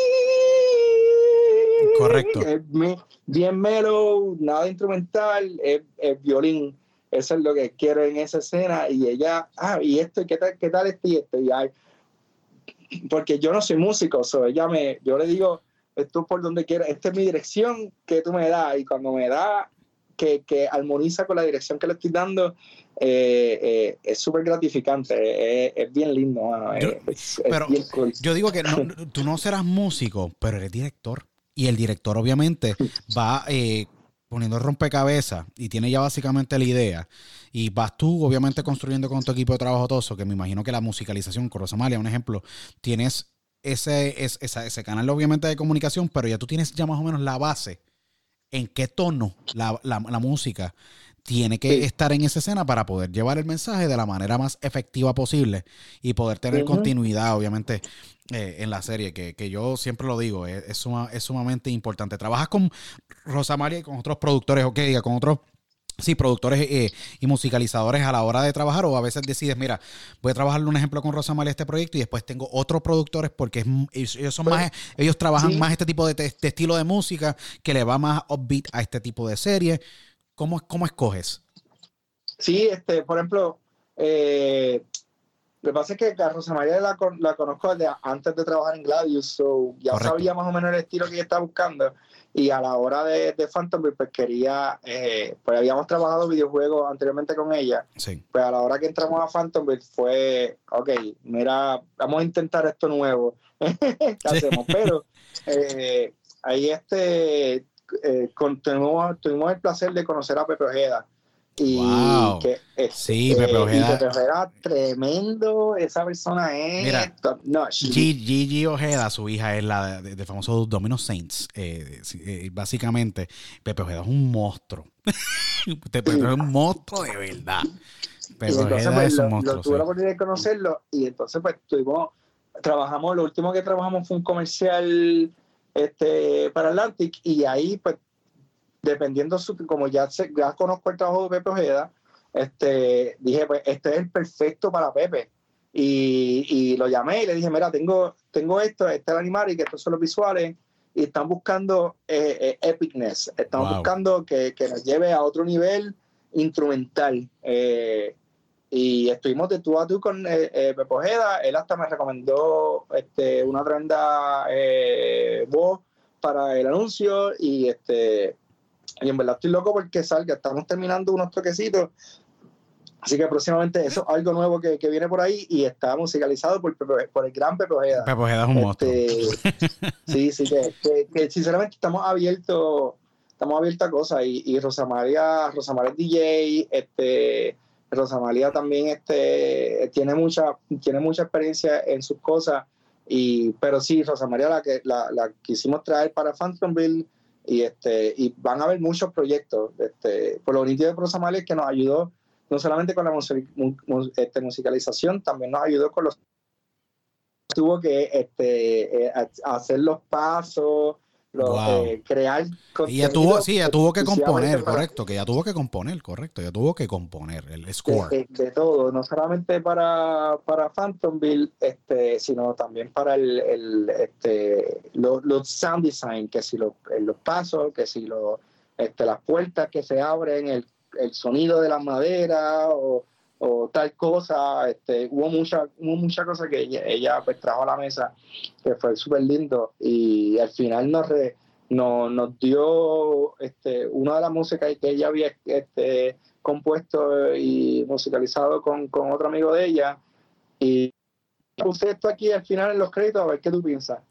correcto. Es bien mellow, nada instrumental, es, es violín. Eso es lo que quiero en esa escena. Y ella, ah, y esto, ¿qué tal, qué tal esto y esto? Y ay, porque yo no soy músico, so ella me, yo le digo, esto por donde quiera, esta es mi dirección que tú me das. Y cuando me da, que, que armoniza con la dirección que le estoy dando, eh, eh, es súper gratificante, eh, es bien lindo. Bueno, yo, eh, es, pero es bien cool. Yo digo que no, tú no serás músico, pero eres director. Y el director obviamente va eh, poniendo el rompecabezas y tiene ya básicamente la idea. Y vas tú obviamente construyendo con tu equipo de trabajo todo eso, que me imagino que la musicalización, con Rosa Amalia, un ejemplo, tienes ese, ese, ese, ese canal obviamente de comunicación, pero ya tú tienes ya más o menos la base en qué tono la, la, la música tiene que sí. estar en esa escena para poder llevar el mensaje de la manera más efectiva posible y poder tener uh-huh. continuidad, obviamente, eh, en la serie, que, que yo siempre lo digo, es, es, suma, es sumamente importante. Trabajas con Rosa Amalia y con otros productores, o que diga, con otros sí, productores eh, y musicalizadores a la hora de trabajar, o a veces decides, mira, voy a trabajarle un ejemplo con Rosa Amalia este proyecto y después tengo otros productores porque es, ellos son pues, más, ellos trabajan sí. más este tipo de, de, de estilo de música que le va más upbeat a este tipo de serie. ¿Cómo, cómo escoges? Sí, este, por ejemplo, eh, lo que pasa es que a Rosa Amalia la, la conozco desde antes de trabajar en Gladius, so ya Correcto. sabía más o menos el estilo que ella estaba buscando. Y a la hora de, de Phantomville, pues quería, eh, pues habíamos trabajado videojuegos anteriormente con ella. Sí. Pues a la hora que entramos a Phantomville fue, ok, mira, vamos a intentar esto nuevo. ¿Qué sí. hacemos? Pero eh, ahí este, eh, con, tuvimos, tuvimos el placer de conocer a Pepe Ojeda. Y wow. que este, sí, Pepe Ojeda. Y Pepe Ojeda, tremendo, esa persona es Mira, top notch. Gigi Ojeda, su hija, es la del de famoso Domino Saints. Eh, eh, básicamente, Pepe Ojeda es un monstruo. Pepe Ojeda es un monstruo de verdad. Pepe Ojeda pues, es un lo, monstruo. Lo tuve sí. la oportunidad de conocerlo y entonces pues tuvimos, trabajamos, lo último que trabajamos fue un comercial este, para Atlantic y ahí pues dependiendo, su, como ya, se, ya conozco el trabajo de Pepe Ojeda, este, dije, pues este es el perfecto para Pepe. Y, y lo llamé y le dije, mira, tengo, tengo esto, este es el animal y que estos son los visuales y están buscando eh, eh, epicness, están wow. buscando que, que nos lleve a otro nivel instrumental. Eh, y estuvimos de tú a tú con eh, eh, Pepe Ojeda, él hasta me recomendó este, una tremenda eh, voz para el anuncio y este y en verdad estoy loco porque salga, estamos terminando unos toquecitos, así que próximamente eso es algo nuevo que, que viene por ahí y está musicalizado por, por el gran Pepe Ojeda. Pepe Ojeda es un este, monstruo. Sí, sí, que, que, que sinceramente estamos abiertos estamos abiertos a cosas y, y Rosa María, Rosa María es D J, este, Rosa María también este, tiene, mucha, tiene mucha experiencia en sus cosas, y, pero sí, Rosa María la, que, la, la quisimos traer para Phantomville. Y, este, y van a haber muchos proyectos. Este, por lo bonito de Rosa Amalia es que nos ayudó no solamente con la music, mus, este, musicalización, también nos ayudó con los... Tuvo que este, eh, hacer los pasos, los, wow. eh, crear... Y ella tuvo, sí, ella tuvo que componer, para, correcto, que ella tuvo que componer, correcto, ella tuvo que componer el score. De, de, de todo, no solamente para, para Phantomville, este, sino también para el, el este, los, los sound design, que si los, los pasos, que si los, este, las puertas que se abren, el, el sonido de la madera o, o tal cosa, este, hubo mucha, hubo mucha cosa que ella, ella pues trajo a la mesa, que fue súper lindo, y al final nos, re, nos, nos dio este, una de las músicas que ella había este, compuesto y musicalizado con, con otro amigo de ella, y puse esto aquí al final en los créditos a ver qué tú piensas.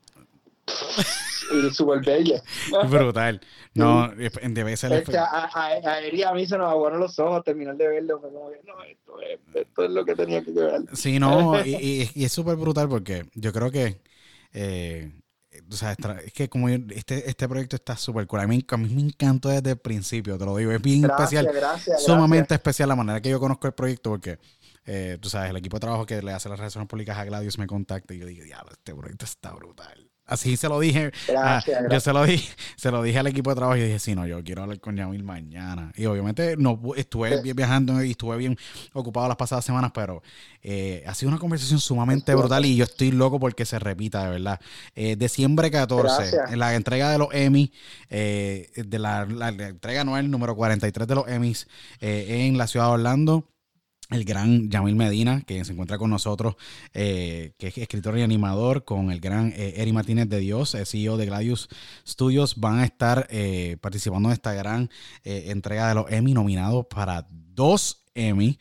Y súper bella. Brutal. No, debe ser este, a, a, a ella a mí se nos aguaron los ojos terminar de verlo. Fue como que, no, esto es, esto es lo que tenía que ver. Sí, no, y, y, y es súper brutal porque yo creo que eh, o sea, es que como yo, este, este proyecto está súper cool. A mí, a mí me encantó desde el principio, te lo digo. Es bien gracias, especial, gracias, sumamente gracias. especial la manera que yo conozco el proyecto porque eh, tú sabes, el equipo de trabajo que le hace las relaciones públicas a Gladius me contacta y yo digo, diablo, este proyecto está brutal. Así se lo dije. Gracias, uh, gracias. Yo se lo dije, se lo dije al equipo de trabajo y dije, sí, no, yo quiero hablar con Yamil mañana. Y obviamente no estuve sí. viajando y estuve bien ocupado las pasadas semanas, pero eh, ha sido una conversación sumamente brutal y yo estoy loco porque se repita, de verdad. Eh, diciembre catorce, gracias. En la entrega de los Emmy, eh, de la, la, la entrega anual número cuarenta y tres de los Emmys eh, en la ciudad de Orlando. El gran Yamil Medina, que se encuentra con nosotros, eh, que es escritor y animador, con el gran eh, Eri Martínez de Dios, el C E O de Gladius Studios, van a estar eh, participando en esta gran eh, entrega de los Emmy, nominados para dos Emmy.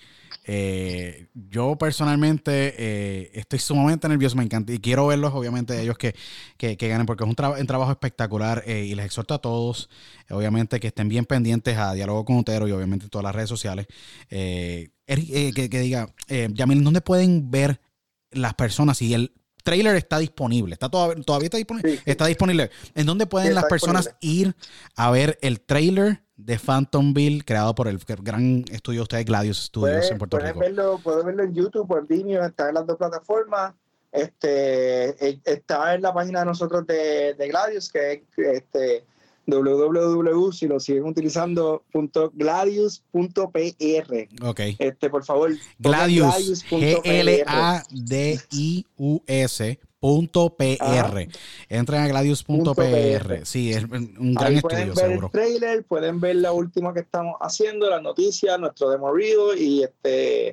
Eh, yo personalmente eh, estoy sumamente nervioso, me encanta y quiero verlos, obviamente, ellos que, que, que ganen, porque es un, tra- un trabajo espectacular eh, y les exhorto a todos, obviamente, que estén bien pendientes a Diálogo con Otero y obviamente en todas las redes sociales. Eh, eh, que, que diga, eh, Yamil, ¿dónde pueden ver las personas si el trailer está disponible? ¿Está todavía, todavía está disponible? Sí, sí. Está disponible. ¿En dónde pueden sí, las personas disponible. ir a ver el trailer de Phantomville, creado por el gran estudio de ustedes, Gladius Studios, pueden, en Puerto pueden Rico? Verlo, pueden verlo en YouTube, por Vimeo, está en las dos plataformas. Este, está en la página de nosotros de, de Gladius, que es este, doble u doble u doble u, si lo siguen utilizando, punto gladius punto p r. Ok. Este, por favor. Gladius, G L A D I U S punto P R. Entren a gladius punto P R. Sí, es un gran Ahí estudio, pueden ver seguro. El trailer, pueden ver la última que estamos haciendo, las noticias, nuestro demo reel y este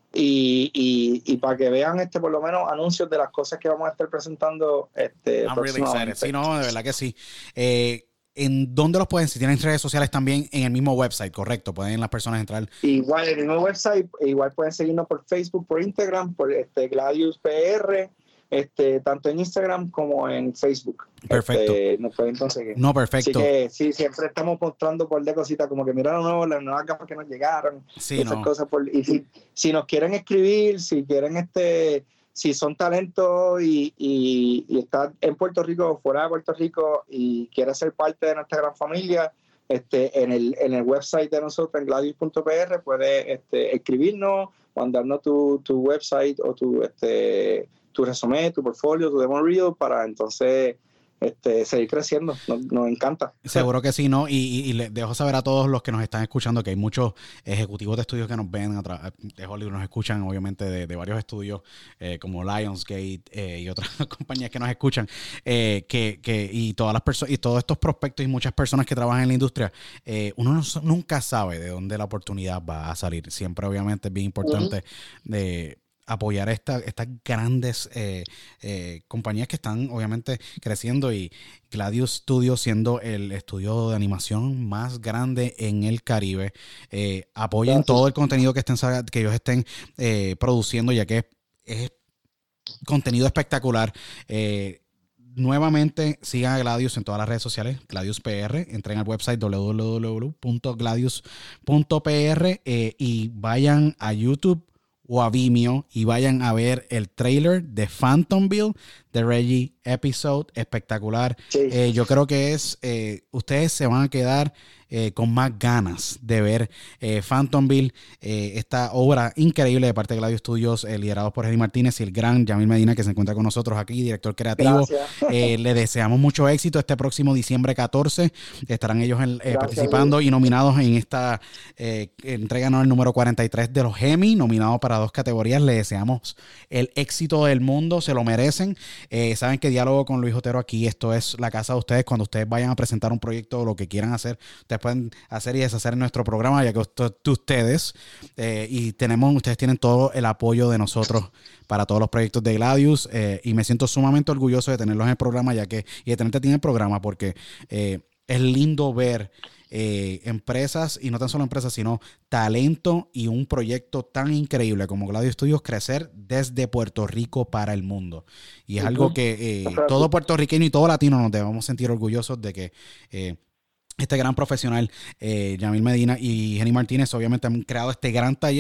y, y, y para que vean este por lo menos anuncios de las cosas que vamos a estar presentando este I'm really excited. Sí, no, de verdad que sí. Eh, ¿En dónde los pueden? Si tienen redes sociales también en el mismo website, correcto. Pueden las personas entrar. Igual en el mismo website, igual pueden seguirnos por Facebook, por Instagram, por este Gladius P R. Este, tanto en Instagram como en Facebook. Perfecto. Este, nos pueden conseguir. No, perfecto. Así que sí, siempre estamos mostrando por de cositas, como que mira no, las nuevas gafas que nos llegaron. Sí, esas no. cosas por, y si, si nos quieren escribir, si quieren este, si son talentos y, y, y están en Puerto Rico o fuera de Puerto Rico y quieren ser parte de nuestra gran familia, este, en el, en el website de nosotros, en gladius punto p r, puedes este, escribirnos, mandarnos tu, tu website o tu este tu resumen, tu portfolio, tu demo reel para entonces este, seguir creciendo. Nos, nos encanta. Seguro que sí, ¿no? Y, y, y les dejo saber a todos los que nos están escuchando que hay muchos ejecutivos de estudios que nos ven a través de Hollywood, nos escuchan obviamente de, de varios estudios eh, como Lionsgate eh, y otras compañías que nos escuchan eh, que, que, y todas las personas y todos estos prospectos y muchas personas que trabajan en la industria, eh, uno no, nunca sabe de dónde la oportunidad va a salir. Siempre obviamente es bien importante uh-huh. de apoyar esta, estas grandes eh, eh, compañías que están obviamente creciendo, y Gladius Studios, siendo el estudio de animación más grande en el Caribe, eh, apoyen Gracias. todo el contenido que estén que ellos estén eh, produciendo, ya que es, es contenido espectacular. Eh, Nuevamente, sigan a Gladius en todas las redes sociales, Gladius P R. Entren al website doble u doble u doble u punto gladius punto p r eh, y vayan a YouTube o a Vimeo y vayan a ver el trailer de Phantomville, de Reggie Episode, espectacular. Sí. Eh, yo creo que es, eh, ustedes se van a quedar eh, con más ganas de ver eh, Phantomville, eh, esta obra increíble de parte de Gladius Studios, eh, liderados por Eri Martínez y el gran Yamil Medina, que se encuentra con nosotros aquí, director creativo. Eh, le deseamos mucho éxito. Este próximo diciembre catorce estarán ellos en, eh, participando y nominados en esta eh, entrega no, el número cuarenta y tres de los Emmy, nominados para dos categorías. Le deseamos el éxito del mundo, se lo merecen. Eh, saben que Diálogo con Luis Otero aquí, esto es la casa de ustedes. Cuando ustedes vayan a presentar un proyecto o lo que quieran hacer, ustedes pueden hacer y deshacer en nuestro programa, ya que usted, ustedes eh, y tenemos, ustedes tienen todo el apoyo de nosotros para todos los proyectos de Gladius, eh, y me siento sumamente orgulloso de tenerlos en el programa, ya que y de tenerte a ti en el programa, porque eh, es lindo ver Eh, empresas, y no tan solo empresas, sino talento y un proyecto tan increíble como Gladius Studios crecer desde Puerto Rico para el mundo. Y es uh-huh. algo que eh, todo puertorriqueño y todo latino nos debemos sentir orgullosos de que eh, este gran profesional, eh, Yamil Medina y Eri Martínez, obviamente han creado este gran taller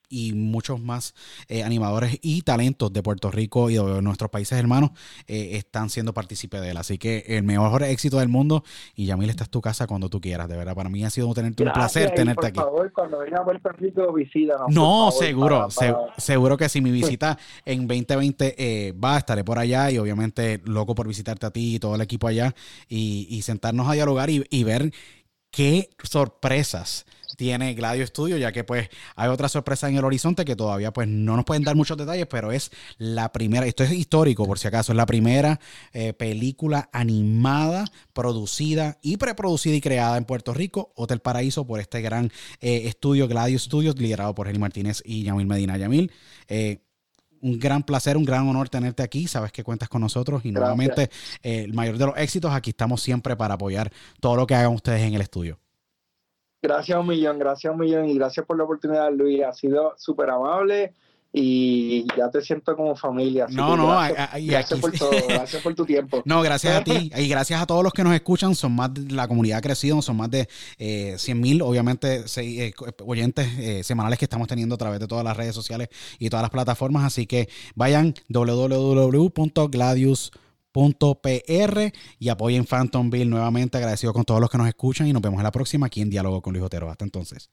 y muchos más eh, animadores y talentos de Puerto Rico y de nuestros países hermanos eh, están siendo partícipes de él. Así que el mejor éxito del mundo. Y Yamil, esta es tu casa cuando tú quieras. De verdad, para mí ha sido tenerte un Gracias, placer tenerte por aquí. Por favor, cuando venga a Puerto Rico, visítanos. No, por favor, seguro, para, se, para... seguro que si mi visita en veinte veinte eh, va, estaré por allá y obviamente loco por visitarte a ti y todo el equipo allá y, y sentarnos a dialogar y, y ver qué sorpresas tiene Gladius Studio, ya que pues hay otra sorpresa en el horizonte que todavía pues no nos pueden dar muchos detalles, pero es la primera, esto es histórico por si acaso, es la primera eh, película animada, producida y preproducida y creada en Puerto Rico, Hotel Paraíso, por este gran eh, estudio Gladius Studios, liderado por Jenny Martínez y Yamil Medina. Yamil, eh, un gran placer, un gran honor tenerte aquí. Sabes que cuentas con nosotros y Gracias. Nuevamente eh, el mayor de los éxitos. Aquí estamos siempre para apoyar todo lo que hagan ustedes en el estudio. Gracias un millón, gracias un millón y gracias por la oportunidad, Luis. Ha sido súper amable y ya te siento como familia. Así no, no, gracias, a, a, y gracias aquí... por todo, gracias por tu tiempo. No, gracias a ti y gracias a todos los que nos escuchan. Son más, de, la comunidad ha crecido, son más de eh, cien mil, obviamente, se, eh, oyentes eh, semanales que estamos teniendo a través de todas las redes sociales y todas las plataformas. Así que vayan w w w punto gladius punto p r y apoyen Phantomville nuevamente. Agradecido con todos los que nos escuchan y nos vemos en la próxima aquí en Diálogo con Luis Otero. Hasta entonces.